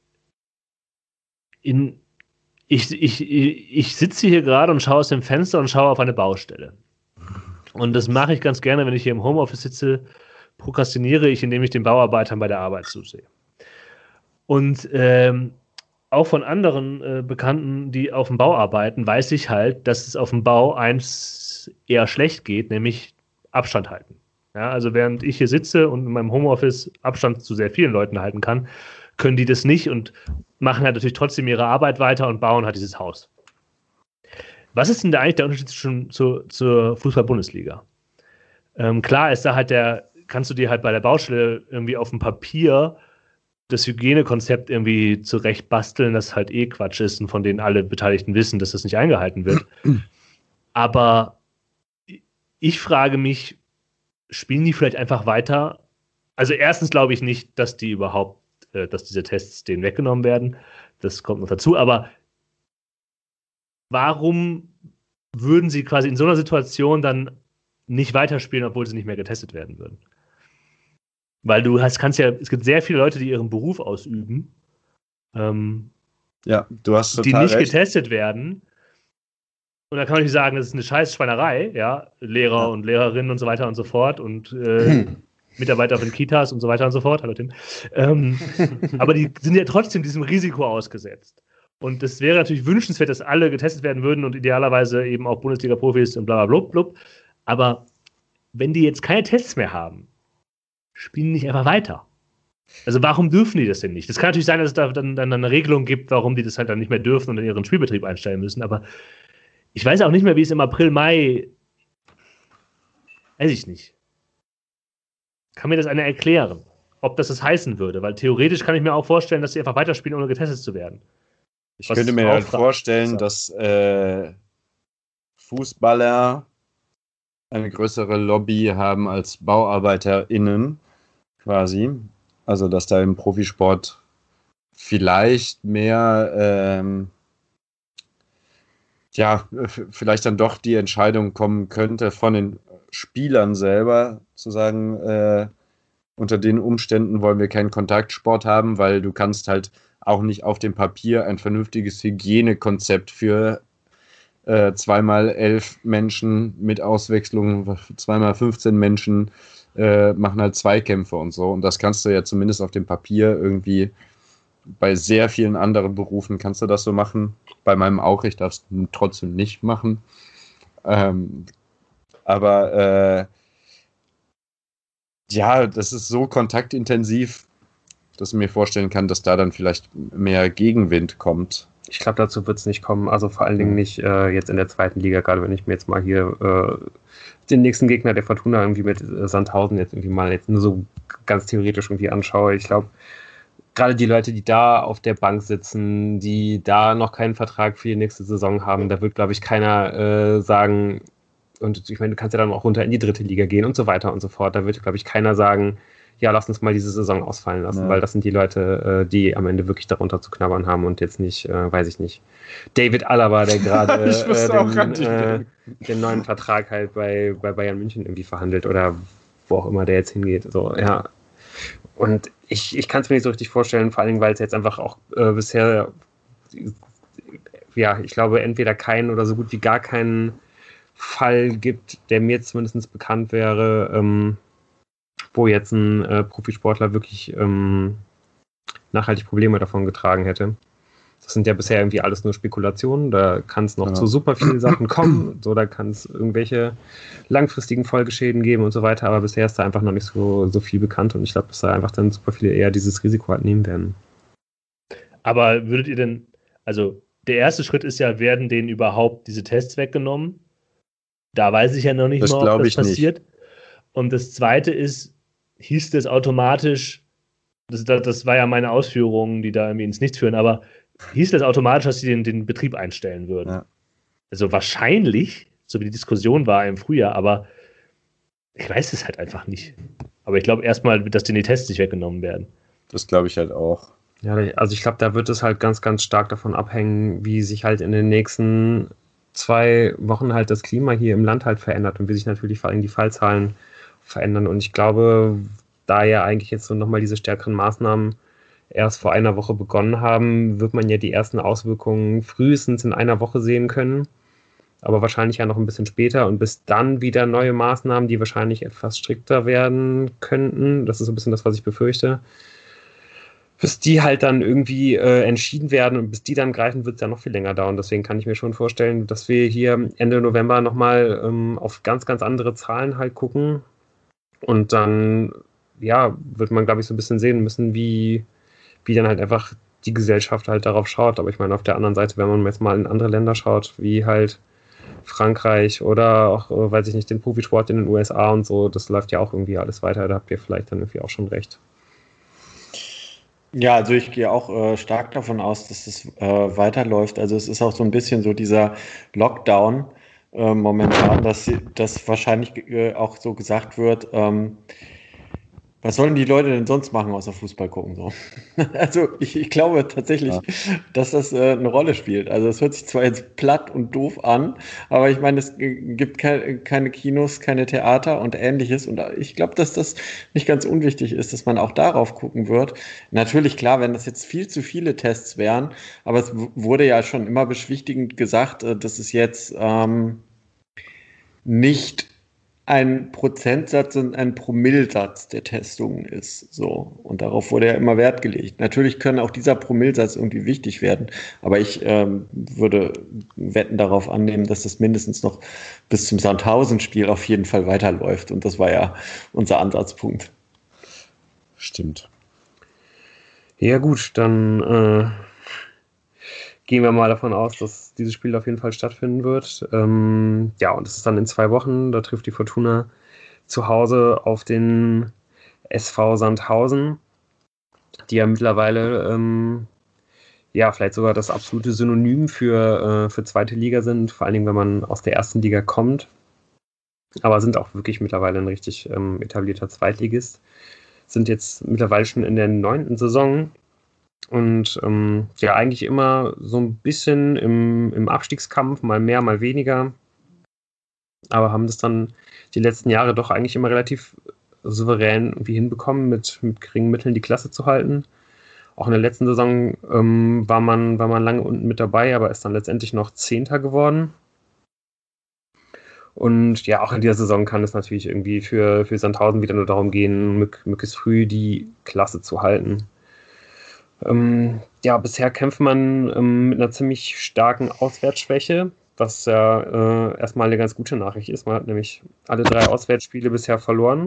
in, ich, ich, ich sitze hier gerade und schaue aus dem Fenster und schaue auf eine Baustelle. Und das mache ich ganz gerne, wenn ich hier im Homeoffice sitze, prokrastiniere ich, indem ich den Bauarbeitern bei der Arbeit zusehe. Und ähm, auch von anderen äh, Bekannten, die auf dem Bau arbeiten, weiß ich halt, dass es auf dem Bau eins eher schlecht geht, nämlich Abstand halten. Ja, also während ich hier sitze und in meinem Homeoffice Abstand zu sehr vielen Leuten halten kann, können die das nicht und machen halt natürlich trotzdem ihre Arbeit weiter und bauen halt dieses Haus. Was ist denn da eigentlich der Unterschied zwischen, zu, zur Fußball-Bundesliga? Ähm, klar ist da halt der, kannst du dir halt bei der Baustelle irgendwie auf dem Papier das Hygienekonzept irgendwie zurecht basteln, das halt eh Quatsch ist und von denen alle Beteiligten wissen, dass das nicht eingehalten wird. Aber ich frage mich, spielen die vielleicht einfach weiter? Also erstens glaube ich nicht, dass die überhaupt, äh, dass diese Tests denen weggenommen werden. Das kommt noch dazu. Aber warum würden sie quasi in so einer Situation dann nicht weiterspielen, obwohl sie nicht mehr getestet werden würden? Weil du hast, kannst ja, es gibt sehr viele Leute, die ihren Beruf ausüben, ähm,
ja, du hast total
die nicht
recht.
getestet werden. Und da kann man nicht sagen, das ist eine scheiß Schweinerei, ja, Lehrer ja. und Lehrerinnen und so weiter und so fort und äh, Mitarbeiter von Kitas und so weiter und so fort. Hallo Tim. Ähm, aber die sind ja trotzdem diesem Risiko ausgesetzt. Und es wäre natürlich wünschenswert, dass alle getestet werden würden und idealerweise eben auch Bundesliga-Profis und bla bla bla blub. Aber wenn die jetzt keine Tests mehr haben, spielen die nicht einfach weiter. Also warum dürfen die das denn nicht? Das kann natürlich sein, dass es da dann, dann eine Regelung gibt, warum die das halt dann nicht mehr dürfen und in ihren Spielbetrieb einstellen müssen, aber ich weiß auch nicht mehr, wie es im April, Mai, weiß ich nicht. Kann mir das einer erklären, ob das das heißen würde? Weil theoretisch kann ich mir auch vorstellen, dass sie einfach weiterspielen, ohne getestet zu werden.
Ich Was könnte mir halt vorstellen, dass äh, Fußballer eine größere Lobby haben als BauarbeiterInnen quasi. Also, dass da im Profisport vielleicht mehr ähm, ja, vielleicht dann doch die Entscheidung kommen könnte von den Spielern selber, zu sagen, äh, unter den Umständen wollen wir keinen Kontaktsport haben, weil du kannst halt auch nicht auf dem Papier ein vernünftiges Hygienekonzept für äh, zweimal elf Menschen mit Auswechslung, zweimal fünfzehn Menschen äh, machen halt Zweikämpfe und so. Und das kannst du ja zumindest auf dem Papier irgendwie. Bei sehr vielen anderen Berufen kannst du das so machen. Bei meinem auch, ich darf es trotzdem nicht machen. Ähm, aber äh, ja, das ist so kontaktintensiv, dass ich mir vorstellen kann, dass da dann vielleicht mehr Gegenwind kommt.
Ich glaube, dazu wird es nicht kommen. Also vor allen Dingen nicht äh, jetzt in der zweiten Liga, gerade wenn ich mir jetzt mal hier äh, den nächsten Gegner der Fortuna irgendwie mit äh, Sandhausen jetzt irgendwie mal jetzt nur so ganz theoretisch irgendwie anschaue. Ich glaube, gerade die Leute, die da auf der Bank sitzen, die da noch keinen Vertrag für die nächste Saison haben, da wird, glaube ich, keiner äh, sagen, und ich meine, du kannst ja dann auch runter in die dritte Liga gehen und so weiter und so fort. Da wird, glaube ich, keiner sagen, ja, lass uns mal diese Saison ausfallen lassen, ja. Weil das sind die Leute, äh, die am Ende wirklich darunter zu knabbern haben und jetzt nicht, äh, weiß ich nicht, David Alaba, der gerade äh, den, äh, den neuen Vertrag halt bei, bei Bayern München irgendwie verhandelt oder wo auch immer der jetzt hingeht. So, ja. Und ich, ich kann es mir nicht so richtig vorstellen, vor allem, weil es jetzt einfach auch äh, bisher, ja, ich glaube, entweder keinen oder so gut wie gar keinen Fall gibt, der mir zumindest bekannt wäre, ähm, wo jetzt ein äh, Profisportler wirklich ähm, nachhaltig Probleme davon getragen hätte. Das sind ja bisher irgendwie alles nur Spekulationen, da kann es noch ja. zu super vielen Sachen kommen, so, da kann es irgendwelche langfristigen Folgeschäden geben und so weiter, aber bisher ist da einfach noch nicht so, so viel bekannt und ich glaube, dass da einfach dann super viele eher dieses Risiko halt nehmen werden.
Aber würdet ihr denn, also der erste Schritt ist ja, werden denen überhaupt diese Tests weggenommen? Da weiß ich ja noch nicht
das
mal, ob das
ich
passiert.
Nicht.
Und das zweite ist, hieß das automatisch, das, das war ja meine Ausführungen, die da irgendwie ins Nichts führen, aber hieß das automatisch, dass sie den, den Betrieb einstellen würden? Ja. Also wahrscheinlich, so wie die Diskussion war im Frühjahr, aber ich weiß es halt einfach nicht. Aber ich glaube erstmal, dass denen die Tests nicht weggenommen werden.
Das glaube ich halt auch.
Ja, also ich glaube, da wird es halt ganz, ganz stark davon abhängen, wie sich halt in den nächsten zwei Wochen halt das Klima hier im Land halt verändert und wie sich natürlich vor allem die Fallzahlen verändern. Und ich glaube, da ja eigentlich jetzt so nochmal diese stärkeren Maßnahmen erst vor einer Woche begonnen haben, wird man ja die ersten Auswirkungen frühestens in einer Woche sehen können, aber wahrscheinlich ja noch ein bisschen später und bis dann wieder neue Maßnahmen, die wahrscheinlich etwas strikter werden könnten. Das ist so ein bisschen das, was ich befürchte. Bis die halt dann irgendwie äh, entschieden werden und bis die dann greifen, wird es ja noch viel länger dauern. Deswegen kann ich mir schon vorstellen, dass wir hier Ende November nochmal ähm, auf ganz, ganz andere Zahlen halt gucken. Und dann, ja, wird man, glaube ich, so ein bisschen sehen müssen, wie, wie dann halt einfach die Gesellschaft halt darauf schaut. Aber ich meine, auf der anderen Seite, wenn man jetzt mal in andere Länder schaut, wie halt Frankreich oder auch, äh, weiß ich nicht, den Profisport in den U S A und so, das läuft ja auch irgendwie alles weiter. Da habt ihr vielleicht dann irgendwie auch schon recht.
Ja, also ich gehe auch äh, stark davon aus, dass es äh, weiterläuft. Also es ist auch so ein bisschen so dieser Lockdown äh, momentan, dass, dass wahrscheinlich äh, auch so gesagt wird, ähm, was sollen die Leute denn sonst machen, außer Fußball gucken? So. Also ich, ich glaube tatsächlich, ja. dass das äh, eine Rolle spielt. Also es hört sich zwar jetzt platt und doof an, aber ich meine, es gibt ke- keine Kinos, keine Theater und Ähnliches. Und ich glaube, dass das nicht ganz unwichtig ist, dass man auch darauf gucken wird. Natürlich, klar, wenn das jetzt viel zu viele Tests wären, aber es w- wurde ja schon immer beschwichtigend gesagt, äh, dass es jetzt ähm, nicht ein Prozentsatz und ein Promillsatz der Testungen ist. So. Und darauf wurde ja immer Wert gelegt. Natürlich kann auch dieser Promillsatz irgendwie wichtig werden, aber ich ähm, würde Wetten darauf annehmen, dass das mindestens noch bis zum Sandhausen-Spiel auf jeden Fall weiterläuft. Und das war ja unser Ansatzpunkt.
Stimmt.
Ja gut, dann äh, gehen wir mal davon aus, dass dieses Spiel auf jeden Fall stattfinden wird. Ähm, ja, und es ist dann in zwei Wochen. Da trifft die Fortuna zu Hause auf den S V Sandhausen, die ja mittlerweile ähm, ja vielleicht sogar das absolute Synonym für, äh, für zweite Liga sind, vor allen Dingen, wenn man aus der ersten Liga kommt. Aber sind auch wirklich mittlerweile ein richtig ähm, etablierter Zweitligist. Sind jetzt mittlerweile schon in der neunten Saison. Und ähm, ja, eigentlich immer so ein bisschen im, im Abstiegskampf, mal mehr, mal weniger. Aber haben das dann die letzten Jahre doch eigentlich immer relativ souverän irgendwie hinbekommen, mit, mit geringen Mitteln die Klasse zu halten. Auch in der letzten Saison ähm, war, man, war man lange unten mit dabei, aber ist dann letztendlich noch Zehnter geworden. Und ja, auch in dieser Saison kann es natürlich irgendwie für, für Sandhausen wieder nur darum gehen, möglichst früh die Klasse zu halten. Ähm, ja, bisher kämpft man ähm, mit einer ziemlich starken Auswärtsschwäche, was ja äh, erstmal eine ganz gute Nachricht ist. Man hat nämlich alle drei Auswärtsspiele bisher verloren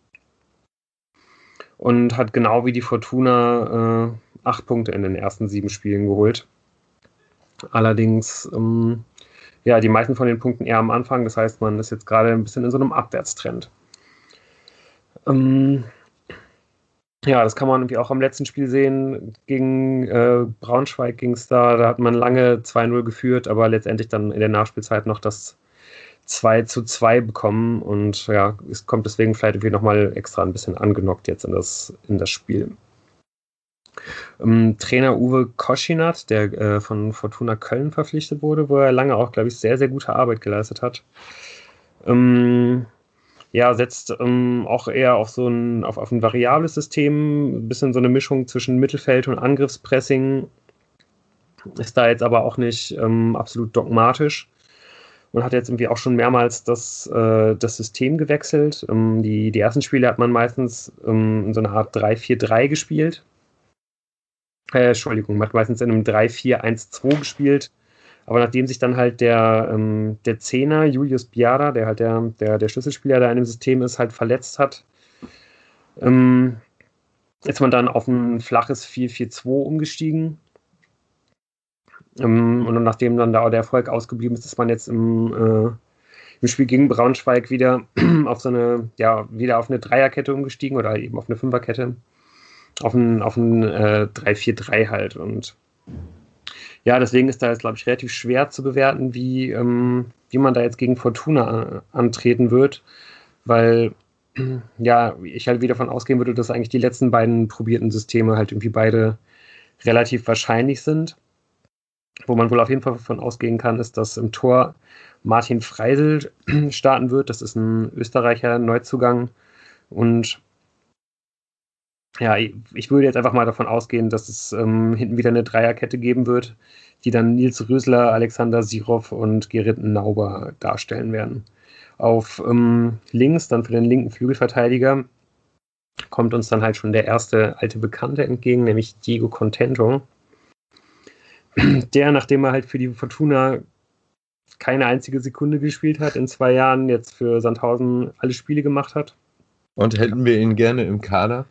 und hat genau wie die Fortuna äh, acht Punkte in den ersten sieben Spielen geholt. Allerdings, ähm, ja, die meisten von den Punkten eher am Anfang. Das heißt, man ist jetzt gerade ein bisschen in so einem Abwärtstrend. Ähm, Ja, das kann man irgendwie auch am letzten Spiel sehen. Gegen äh, Braunschweig ging es da, da hat man lange zwei null geführt, aber letztendlich dann in der Nachspielzeit noch das zwei zu zwei bekommen und ja, es kommt deswegen vielleicht irgendwie nochmal extra ein bisschen angenockt jetzt in das, in das Spiel. Ähm, Trainer Uwe Koschinat, der äh, von Fortuna Köln verpflichtet wurde, wo er lange auch, glaube ich, sehr, sehr gute Arbeit geleistet hat. Ähm, ja, setzt ähm, auch eher auf so ein, auf, auf ein variables System, ein bisschen so eine Mischung zwischen Mittelfeld und Angriffspressing. Ist da jetzt aber auch nicht ähm, absolut dogmatisch und hat jetzt irgendwie auch schon mehrmals das, äh, das System gewechselt. Ähm, die, die ersten Spiele hat man meistens ähm, in so einer Art drei vier drei gespielt. Äh, Entschuldigung, man hat meistens in einem drei vier eins zwei gespielt. Aber nachdem sich dann halt der, ähm, der Zehner, Julius Biada, der halt der, der, der Schlüsselspieler da in dem System ist, halt verletzt hat, ähm, ist man dann auf ein flaches vier vier zwei umgestiegen. Ähm, und nachdem dann da der Erfolg ausgeblieben ist, ist man jetzt im, äh, im Spiel gegen Braunschweig wieder auf so eine, ja, wieder auf eine Dreierkette umgestiegen oder eben auf eine Fünferkette. Auf ein, auf ein äh, drei vier drei halt. Und ja, deswegen ist da jetzt, glaube ich, relativ schwer zu bewerten, wie, ähm, wie man da jetzt gegen Fortuna antreten wird, weil ja, ich halt wieder davon ausgehen würde, dass eigentlich die letzten beiden probierten Systeme halt irgendwie beide relativ wahrscheinlich sind. Wo man wohl auf jeden Fall davon ausgehen kann, ist, dass im Tor Martin Freisel starten wird. Das ist ein Österreicher Neuzugang und ja, ich würde jetzt einfach mal davon ausgehen, dass es ähm, hinten wieder eine Dreierkette geben wird, die dann Nils Rösler, Alexander Sirov und Gerrit Nauber darstellen werden. Auf ähm, links, dann für den linken Flügelverteidiger, kommt uns dann halt schon der erste alte Bekannte entgegen, nämlich Diego Contento. Der, nachdem er halt für die Fortuna keine einzige Sekunde gespielt hat, in zwei Jahren jetzt für Sandhausen alle Spiele gemacht hat.
Und hätten wir ihn gerne im Kader?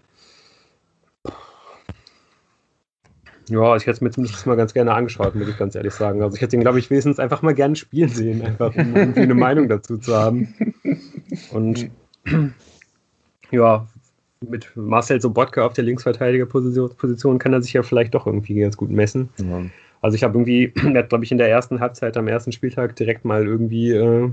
Ja, ich hätte es mir zumindest mal ganz gerne angeschaut, muss ich ganz ehrlich sagen. Also ich hätte ihn, glaube ich, wenigstens einfach mal gerne spielen sehen, einfach um irgendwie eine Meinung dazu zu haben. Und ja, mit Marcel Sobotka auf der Linksverteidigerposition Position kann er sich ja vielleicht doch irgendwie ganz gut messen. Ja. Also ich habe irgendwie, er hat, glaube ich, in der ersten Halbzeit am ersten Spieltag direkt mal irgendwie äh,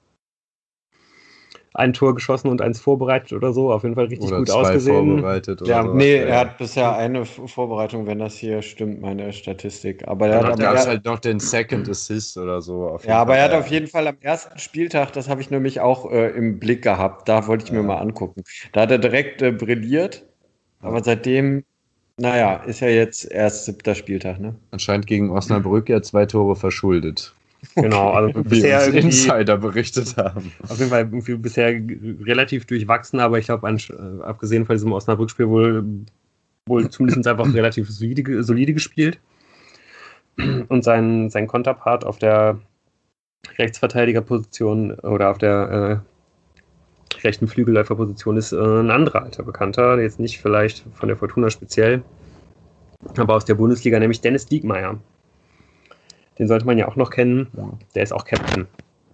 ein Tor geschossen und eins vorbereitet oder so. Auf jeden Fall richtig
oder
gut
zwei
ausgesehen.
Vorbereitet oder
ja,
so.
Nee, er hat bisher eine Vorbereitung, wenn das hier stimmt, meine Statistik. Aber er
Dann
hat
gab es halt noch den Second Assist oder so. Auf jeden
ja, aber
Fall.
er hat auf jeden Fall am ersten Spieltag, das habe ich nämlich auch äh, im Blick gehabt, da wollte ich ja. mir mal angucken. Da hat er direkt äh, brilliert, aber seitdem, naja, ist ja jetzt erst siebter Spieltag, ne?
Anscheinend gegen Osnabrück ja zwei Tore verschuldet.
Genau, also
Wie
bisher
uns
irgendwie,
Insider berichtet haben.
Auf jeden Fall irgendwie bisher relativ durchwachsen, aber ich glaube, abgesehen von diesem Osnabrück-Spiel wohl, wohl zumindest einfach relativ solide, solide gespielt. Und sein, sein Konterpart auf der Rechtsverteidigerposition oder auf der äh, rechten Flügelläuferposition ist äh, ein anderer alter Bekannter, jetzt nicht vielleicht von der Fortuna speziell, aber aus der Bundesliga, nämlich Dennis Diekmeyer. Den sollte man ja auch noch kennen. Der ist auch Captain.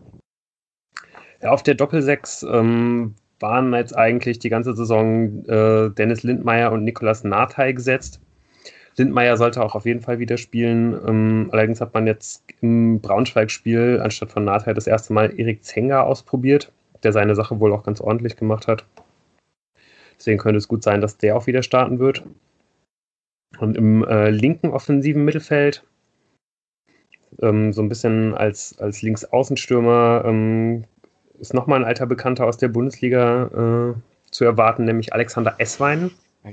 Ja, auf der Doppelsechs ähm, waren jetzt eigentlich die ganze Saison äh, Dennis Lindmeier und Nicolas Nathai gesetzt. Lindmeier sollte auch auf jeden Fall wieder spielen. Ähm, allerdings hat man jetzt im Braunschweig-Spiel anstatt von Nathai das erste Mal Erik Zenger ausprobiert, der seine Sache wohl auch ganz ordentlich gemacht hat. Deswegen könnte es gut sein, dass der auch wieder starten wird. Und im äh, linken offensiven Mittelfeld Ähm, so ein bisschen als, als Linksaußenstürmer ähm, ist nochmal ein alter Bekannter aus der Bundesliga äh, zu erwarten, nämlich Alexander Esswein.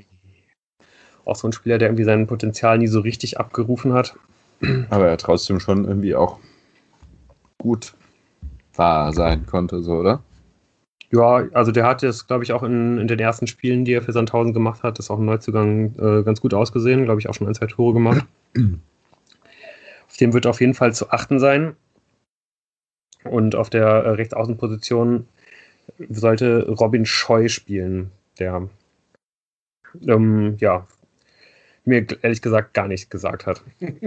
Auch so ein Spieler, der irgendwie sein Potenzial nie so richtig abgerufen hat.
Aber er trotzdem schon irgendwie auch gut wahr sein konnte, so, oder?
Ja, also der hat jetzt, glaube ich, auch in, in den ersten Spielen, die er für Sandhausen gemacht hat, ist auch im Neuzugang äh, ganz gut ausgesehen, glaube ich, auch schon ein, zwei Tore gemacht. Auf dem wird auf jeden Fall zu achten sein. Und auf der äh, Rechtsaußenposition sollte Robin Scheu spielen, der ähm, ja, mir ehrlich gesagt gar nichts gesagt hat.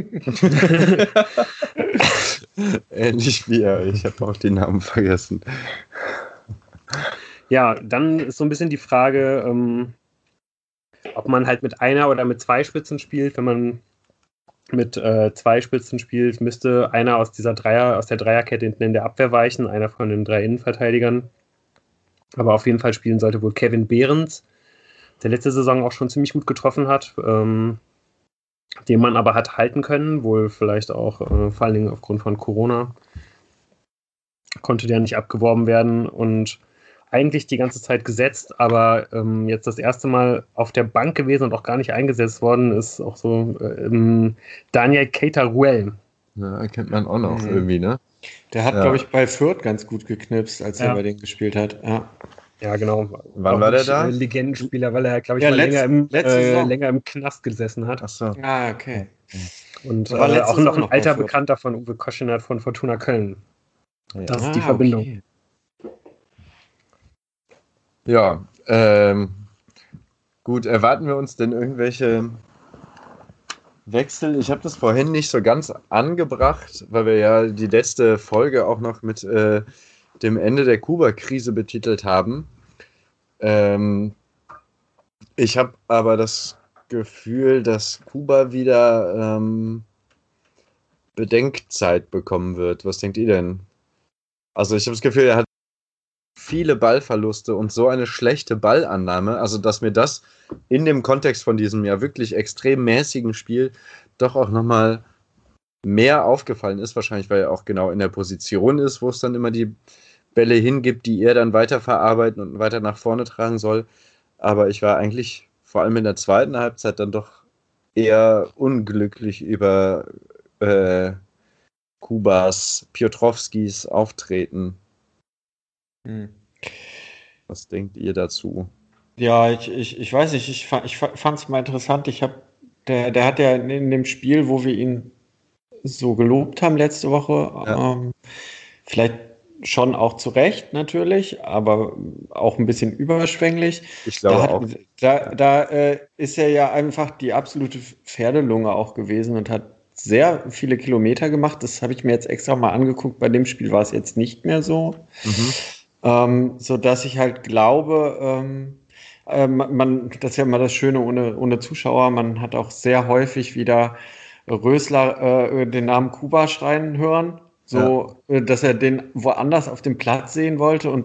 Ähnlich wie er, ich habe auch den Namen vergessen.
Ja, dann ist so ein bisschen die Frage, ähm, ob man halt mit einer oder mit zwei Spitzen spielt. Wenn man mit äh, zwei Spitzen spielt, müsste einer aus dieser Dreier, aus der Dreierkette hinten in der Abwehr weichen, einer von den drei Innenverteidigern. Aber auf jeden Fall spielen sollte wohl Kevin Behrens, der letzte Saison auch schon ziemlich gut getroffen hat, ähm, den man aber hat halten können, wohl vielleicht auch äh, vor allen Dingen aufgrund von Corona. Konnte der nicht abgeworben werden und eigentlich die ganze Zeit gesetzt, aber ähm, jetzt das erste Mal auf der Bank gewesen und auch gar nicht eingesetzt worden ist auch so ähm, Daniel Keita-Ruel.
Ja, kennt man auch noch mhm. irgendwie, ne? Der hat, ja. glaube ich, bei Fürth ganz gut geknipst, als ja. er bei denen gespielt hat. Ja,
ja genau.
Wann war der da?
Legendenspieler, weil er, glaube ich,
ja,
mal
letzt,
länger, im, äh, länger im Knast gesessen hat.
Ach so.
Ah, okay. Und äh, auch noch ein alter Bekannter von Uwe Koschinat von Fortuna Köln. Das ah, ist die Verbindung. Okay.
Ja, ähm, gut, erwarten wir uns denn irgendwelche Wechsel? Ich habe das vorhin nicht so ganz angebracht, weil wir ja die letzte Folge auch noch mit äh, dem Ende der Kuba-Krise betitelt haben. Ähm, ich habe aber das Gefühl, dass Kuba wieder ähm, Bedenkzeit bekommen wird. Was denkt ihr denn? Also ich habe das Gefühl, er hat viele Ballverluste und so eine schlechte Ballannahme, also dass mir das in dem Kontext von diesem ja wirklich extrem mäßigen Spiel doch auch nochmal mehr aufgefallen ist, wahrscheinlich weil er auch genau in der Position ist, wo es dann immer die Bälle hingibt, die er dann weiterverarbeiten und weiter nach vorne tragen soll. Aber ich war eigentlich vor allem in der zweiten Halbzeit dann doch eher unglücklich über äh, Kubas, Piotrowskis Auftreten. Hm. Was denkt ihr dazu?
Ja, ich, ich, ich weiß nicht, ich, ich fand es mal interessant. Ich hab, der, der hat ja in dem Spiel, wo wir ihn so gelobt haben letzte Woche, ja. ähm, vielleicht schon auch zu Recht natürlich, aber auch ein bisschen überschwänglich.
Ich glaube
da hat,
auch.
Da, da äh, ist er ja einfach die absolute Pferdelunge auch gewesen und hat sehr viele Kilometer gemacht. Das habe ich mir jetzt extra mal angeguckt. Bei dem Spiel war es jetzt nicht mehr so. Mhm. Ähm, so dass ich halt glaube, ähm, äh, man, das ist ja immer das Schöne ohne, ohne Zuschauer, man hat auch sehr häufig wieder Rösler äh, den Namen Kuba schreien hören, so, ja. äh, dass er den woanders auf dem Platz sehen wollte und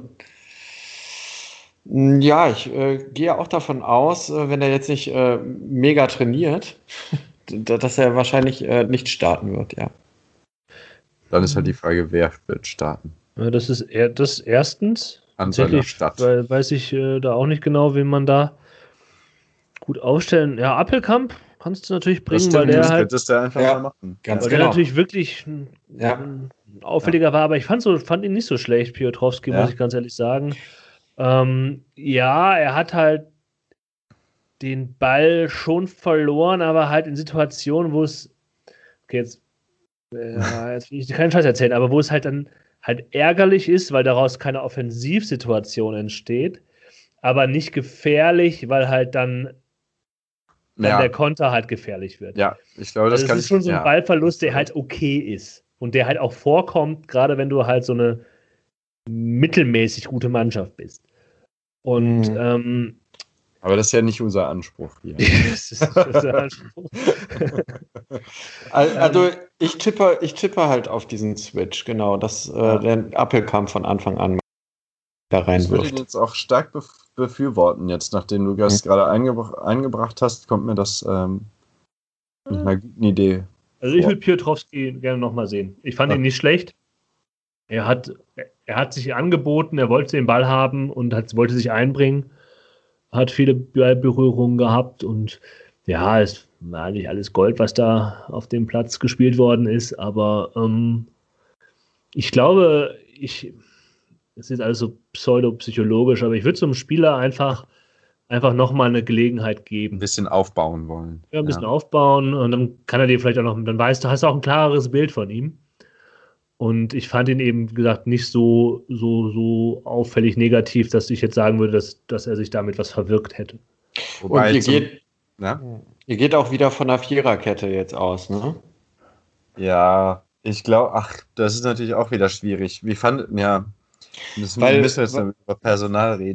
mh, ja, ich äh, gehe auch davon aus, äh, wenn er jetzt nicht äh, mega trainiert, dass er wahrscheinlich äh, nicht starten wird, ja.
Dann ist halt die Frage, wer wird starten?
Ja, das ist er, das erstens.
An seiner Stadt.
Weil, weiß ich äh, da auch nicht genau, wen man da gut aufstellen. Ja, Appelkamp kannst du natürlich bringen,
stimmt,
weil der
das
halt.
Könntest du einfach
ja,
mal machen.
Ganz
weil
genau.
der natürlich wirklich
ja.
ein auffälliger ja. war, aber ich fand, so, fand ihn nicht so schlecht, Piotrowski, ja. muss ich ganz ehrlich sagen. Ähm, ja, er hat halt den Ball schon verloren, aber halt in Situationen, wo es. Okay, jetzt. Ja, jetzt will ich keinen Scheiß erzählen, aber wo es halt dann halt ärgerlich ist, weil daraus keine Offensivsituation entsteht, aber nicht gefährlich, weil halt dann, dann
ja.
der Konter halt gefährlich wird.
Ja, ich glaube, das,
also
kann
ist schon so ein
ja.
Ballverlust, der halt okay ist und der halt auch vorkommt, gerade wenn du halt so eine mittelmäßig gute Mannschaft bist. Und
mhm.
ähm,
aber das ist ja nicht unser Anspruch hier.
Das ist nicht unser Anspruch.
Also ich tippe, ich tippe halt auf diesen Switch, genau, dass äh, ja. der Appelkamp von Anfang an da reinwirft.
Ich würde ihn jetzt auch stark bef- befürworten jetzt, nachdem du das mhm. gerade eingebra- eingebracht hast, kommt mir das ähm, mit einer guten Idee.
Also ich würde Piotrowski gerne nochmal sehen. Ich fand ja. ihn nicht schlecht. Er hat, er hat sich angeboten, er wollte den Ball haben und hat, wollte sich einbringen. Hat viele Ballberührungen gehabt und ja, es war eigentlich alles Gold, was da auf dem Platz gespielt worden ist, aber ähm, ich glaube, ich, es ist alles so pseudopsychologisch, aber ich würde so einem Spieler einfach, einfach nochmal eine Gelegenheit geben.
Ein bisschen aufbauen wollen.
Ja, ein bisschen ja. aufbauen und dann kann er dir vielleicht auch noch, dann weißt du, hast du auch ein klareres Bild von ihm. Und ich fand ihn eben, wie gesagt, nicht so, so, so auffällig negativ, dass ich jetzt sagen würde, dass, dass er sich damit was verwirkt hätte.
Wobei und ihr, zum, geht, ihr geht auch wieder von der Viererkette jetzt aus, ne?
Ja, ich glaube, ach, das ist natürlich auch wieder schwierig. Wie fand, ja, müssen,
Weil,
müssen wir jetzt weil, über Personal reden.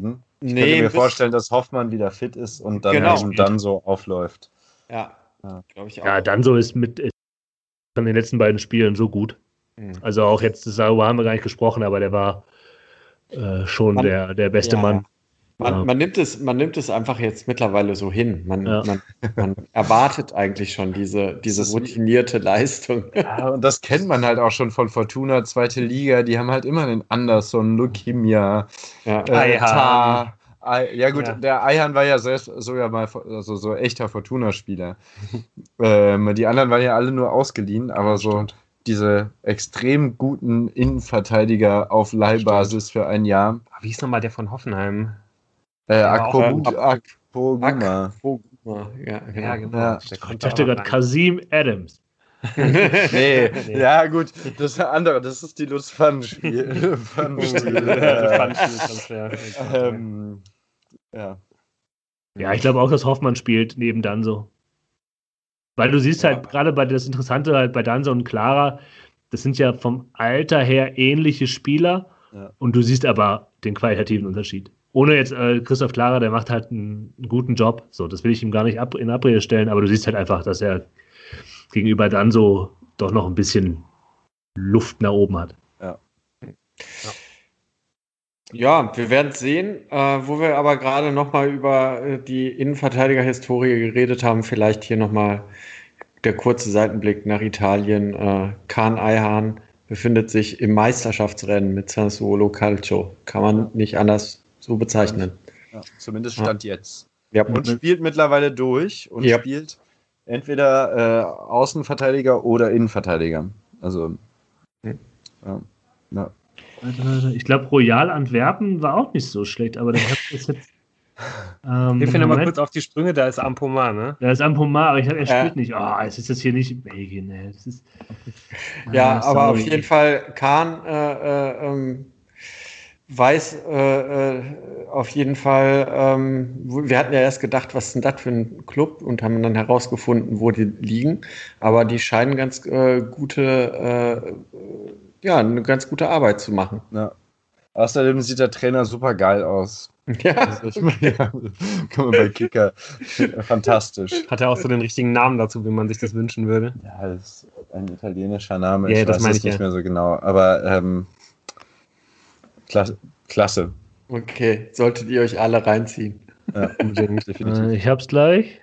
Ich
Nee,
könnte mir
bis-
vorstellen, dass Hoffmann wieder fit ist und dann
Genau.
eben dann so aufläuft.
Ja,
Ja.
glaube ich auch.
Ja, Danso ist mit ist von den letzten beiden Spielen so gut.
Mhm.
Also auch jetzt, darüber haben wir gar nicht gesprochen, aber der war äh, schon
Man-
der, der beste
ja,
Mann.
ja. Man,
Ja.
man, nimmt es, man nimmt es einfach jetzt mittlerweile so hin. Man,
Ja.
man, man erwartet eigentlich schon diese, diese
Das ist wie-
routinierte Leistung.
Ja, und das kennt man halt auch schon von Fortuna, zweite Liga. Die haben halt immer den Anderson, Lukimia,
Ja.
äh,
Eihan.
Ta. Ei, ja gut,
Ja.
der Eihan war ja selbst sogar mal also so echter Fortuna-Spieler. ähm, die anderen waren ja alle nur ausgeliehen, aber so diese extrem guten Innenverteidiger auf Leihbasis für ein Jahr.
Ah, wie hieß nochmal der von Hoffenheim?
Äh,
Ja, auch,
Akpobu-
äh,
Akpoguma.
Akpoguma, ja, genau.
Ja, genau.
Ja.
Der
Ich
konnte
dachte
aber
gerade
rein.
Kasim Adams.
Nee,
Nee.
ja gut, das ist eine andere, das ist die Lutz Pfannenspiel. Pfannenspiel.
Das
äh,
fand ich ganz fair.
ähm, ja.
Ja, ich glaube auch, dass Hoffmann spielt neben Danso. Weil du siehst halt gerade bei das Interessante halt bei Danso und Clara, das sind ja vom Alter her ähnliche Spieler
Ja.
und du siehst aber den qualitativen Unterschied. Ohne jetzt äh, Christoph Clara, der macht halt einen, einen guten Job. So, das will ich ihm gar nicht ab, in Abrede stellen, aber du siehst halt einfach, dass er gegenüber Danso doch noch ein bisschen Luft nach oben hat.
Ja, wir werden es sehen. Äh, wo wir aber gerade nochmal über äh, die Innenverteidiger-Historie geredet haben, vielleicht hier nochmal der kurze Seitenblick nach Italien. Äh, Kaan Ayhan befindet sich im Meisterschaftsrennen mit Sassuolo Calcio. Kann man nicht anders so bezeichnen.
Ja, zumindest stand jetzt.
Ja,
Und spielt mittlerweile durch und
Ja.
spielt entweder äh, Außenverteidiger oder Innenverteidiger. Also,
Hm.
ja. Ja.
Ich glaube, Royal Antwerpen war auch nicht so schlecht, aber dann hat es jetzt. Ähm,
Wir finden mal
Moment.
kurz auf die Sprünge, da ist Ampomar, ne?
Da ist Ampomar, aber ich habe, er
Ja.
spielt nicht. Oh, es ist jetzt hier nicht Belgien, ey. Das ist,
Ja,
Ah,
aber auf
sorry.
jeden Fall, Kahn äh, äh, ähm, weiß äh, äh, auf jeden Fall, ähm, wo- wir hatten ja erst gedacht, was ist denn das für ein Club und haben dann herausgefunden, wo die liegen. Aber die scheinen ganz äh, gute, äh, ja, eine ganz gute Arbeit zu machen.
Ja. Außerdem sieht der Trainer super geil aus.
Ja,
Also ich meine, ja, kann man bei Kicker. Fantastisch.
Hat er auch so den richtigen Namen dazu, wie man sich das wünschen würde?
Ja, das ist ein italienischer Name.
Ja,
ich
das
weiß
meine
es
ich
nicht
ja.
mehr so genau. Aber ähm, klasse. klasse.
okay, solltet ihr euch alle reinziehen.
Ja,
Unbedingt.
definitiv.
Äh, ich hab's gleich.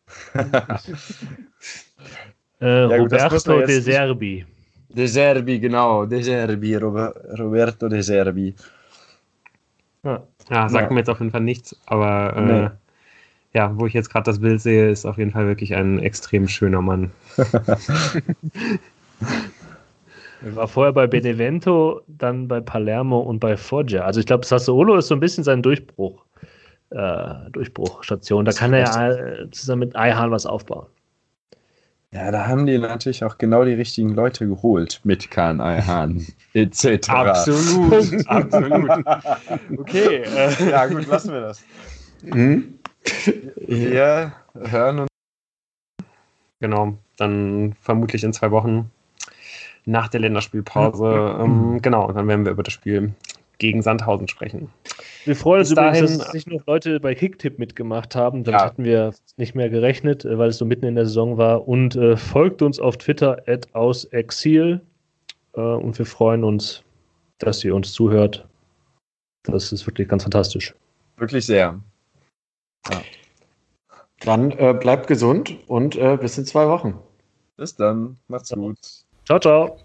Äh,
Ja, gut, das muss man
Roberto De
jetzt nicht-
Serbi.
De Serbi, genau. De Serbi, Rober- Roberto De Serbi.
Ja.
Ja, sagt
Ja.
mir jetzt auf jeden Fall nichts, aber äh,
Nee.
ja, wo ich jetzt gerade das Bild sehe, ist auf jeden Fall wirklich ein extrem schöner Mann.
Er war vorher bei Benevento, dann bei Palermo und bei Foggia. Also ich glaube, Sassuolo ist so ein bisschen sein Durchbruch, äh, Durchbruchstation. Da kann er ja äh, zusammen mit Ayhan was aufbauen.
Ja, da haben die natürlich auch genau die richtigen Leute geholt mit Kahn Ayhan et cetera.
Absolut, absolut. Okay, äh,
Ja, gut, lassen wir das.
Mhm.
Wir hören uns.
genau, dann vermutlich in zwei Wochen nach der Länderspielpause. ähm, genau, dann werden wir über das Spiel gegen Sandhausen sprechen.
Wir freuen uns
Bis
übrigens,
dahin-
dass nicht noch Leute bei Kicktipp mitgemacht haben. Damit
Ja.
hatten wir nicht mehr gerechnet, äh, weil es so mitten in der Saison war. Und äh, folgt uns auf Twitter at ausexil. Äh, und wir freuen uns, dass ihr uns zuhört. Das ist wirklich ganz fantastisch.
Wirklich sehr.
Dann äh, bleibt gesund und äh, bis in zwei Wochen.
Bis dann. Macht's gut.
Ciao, ciao.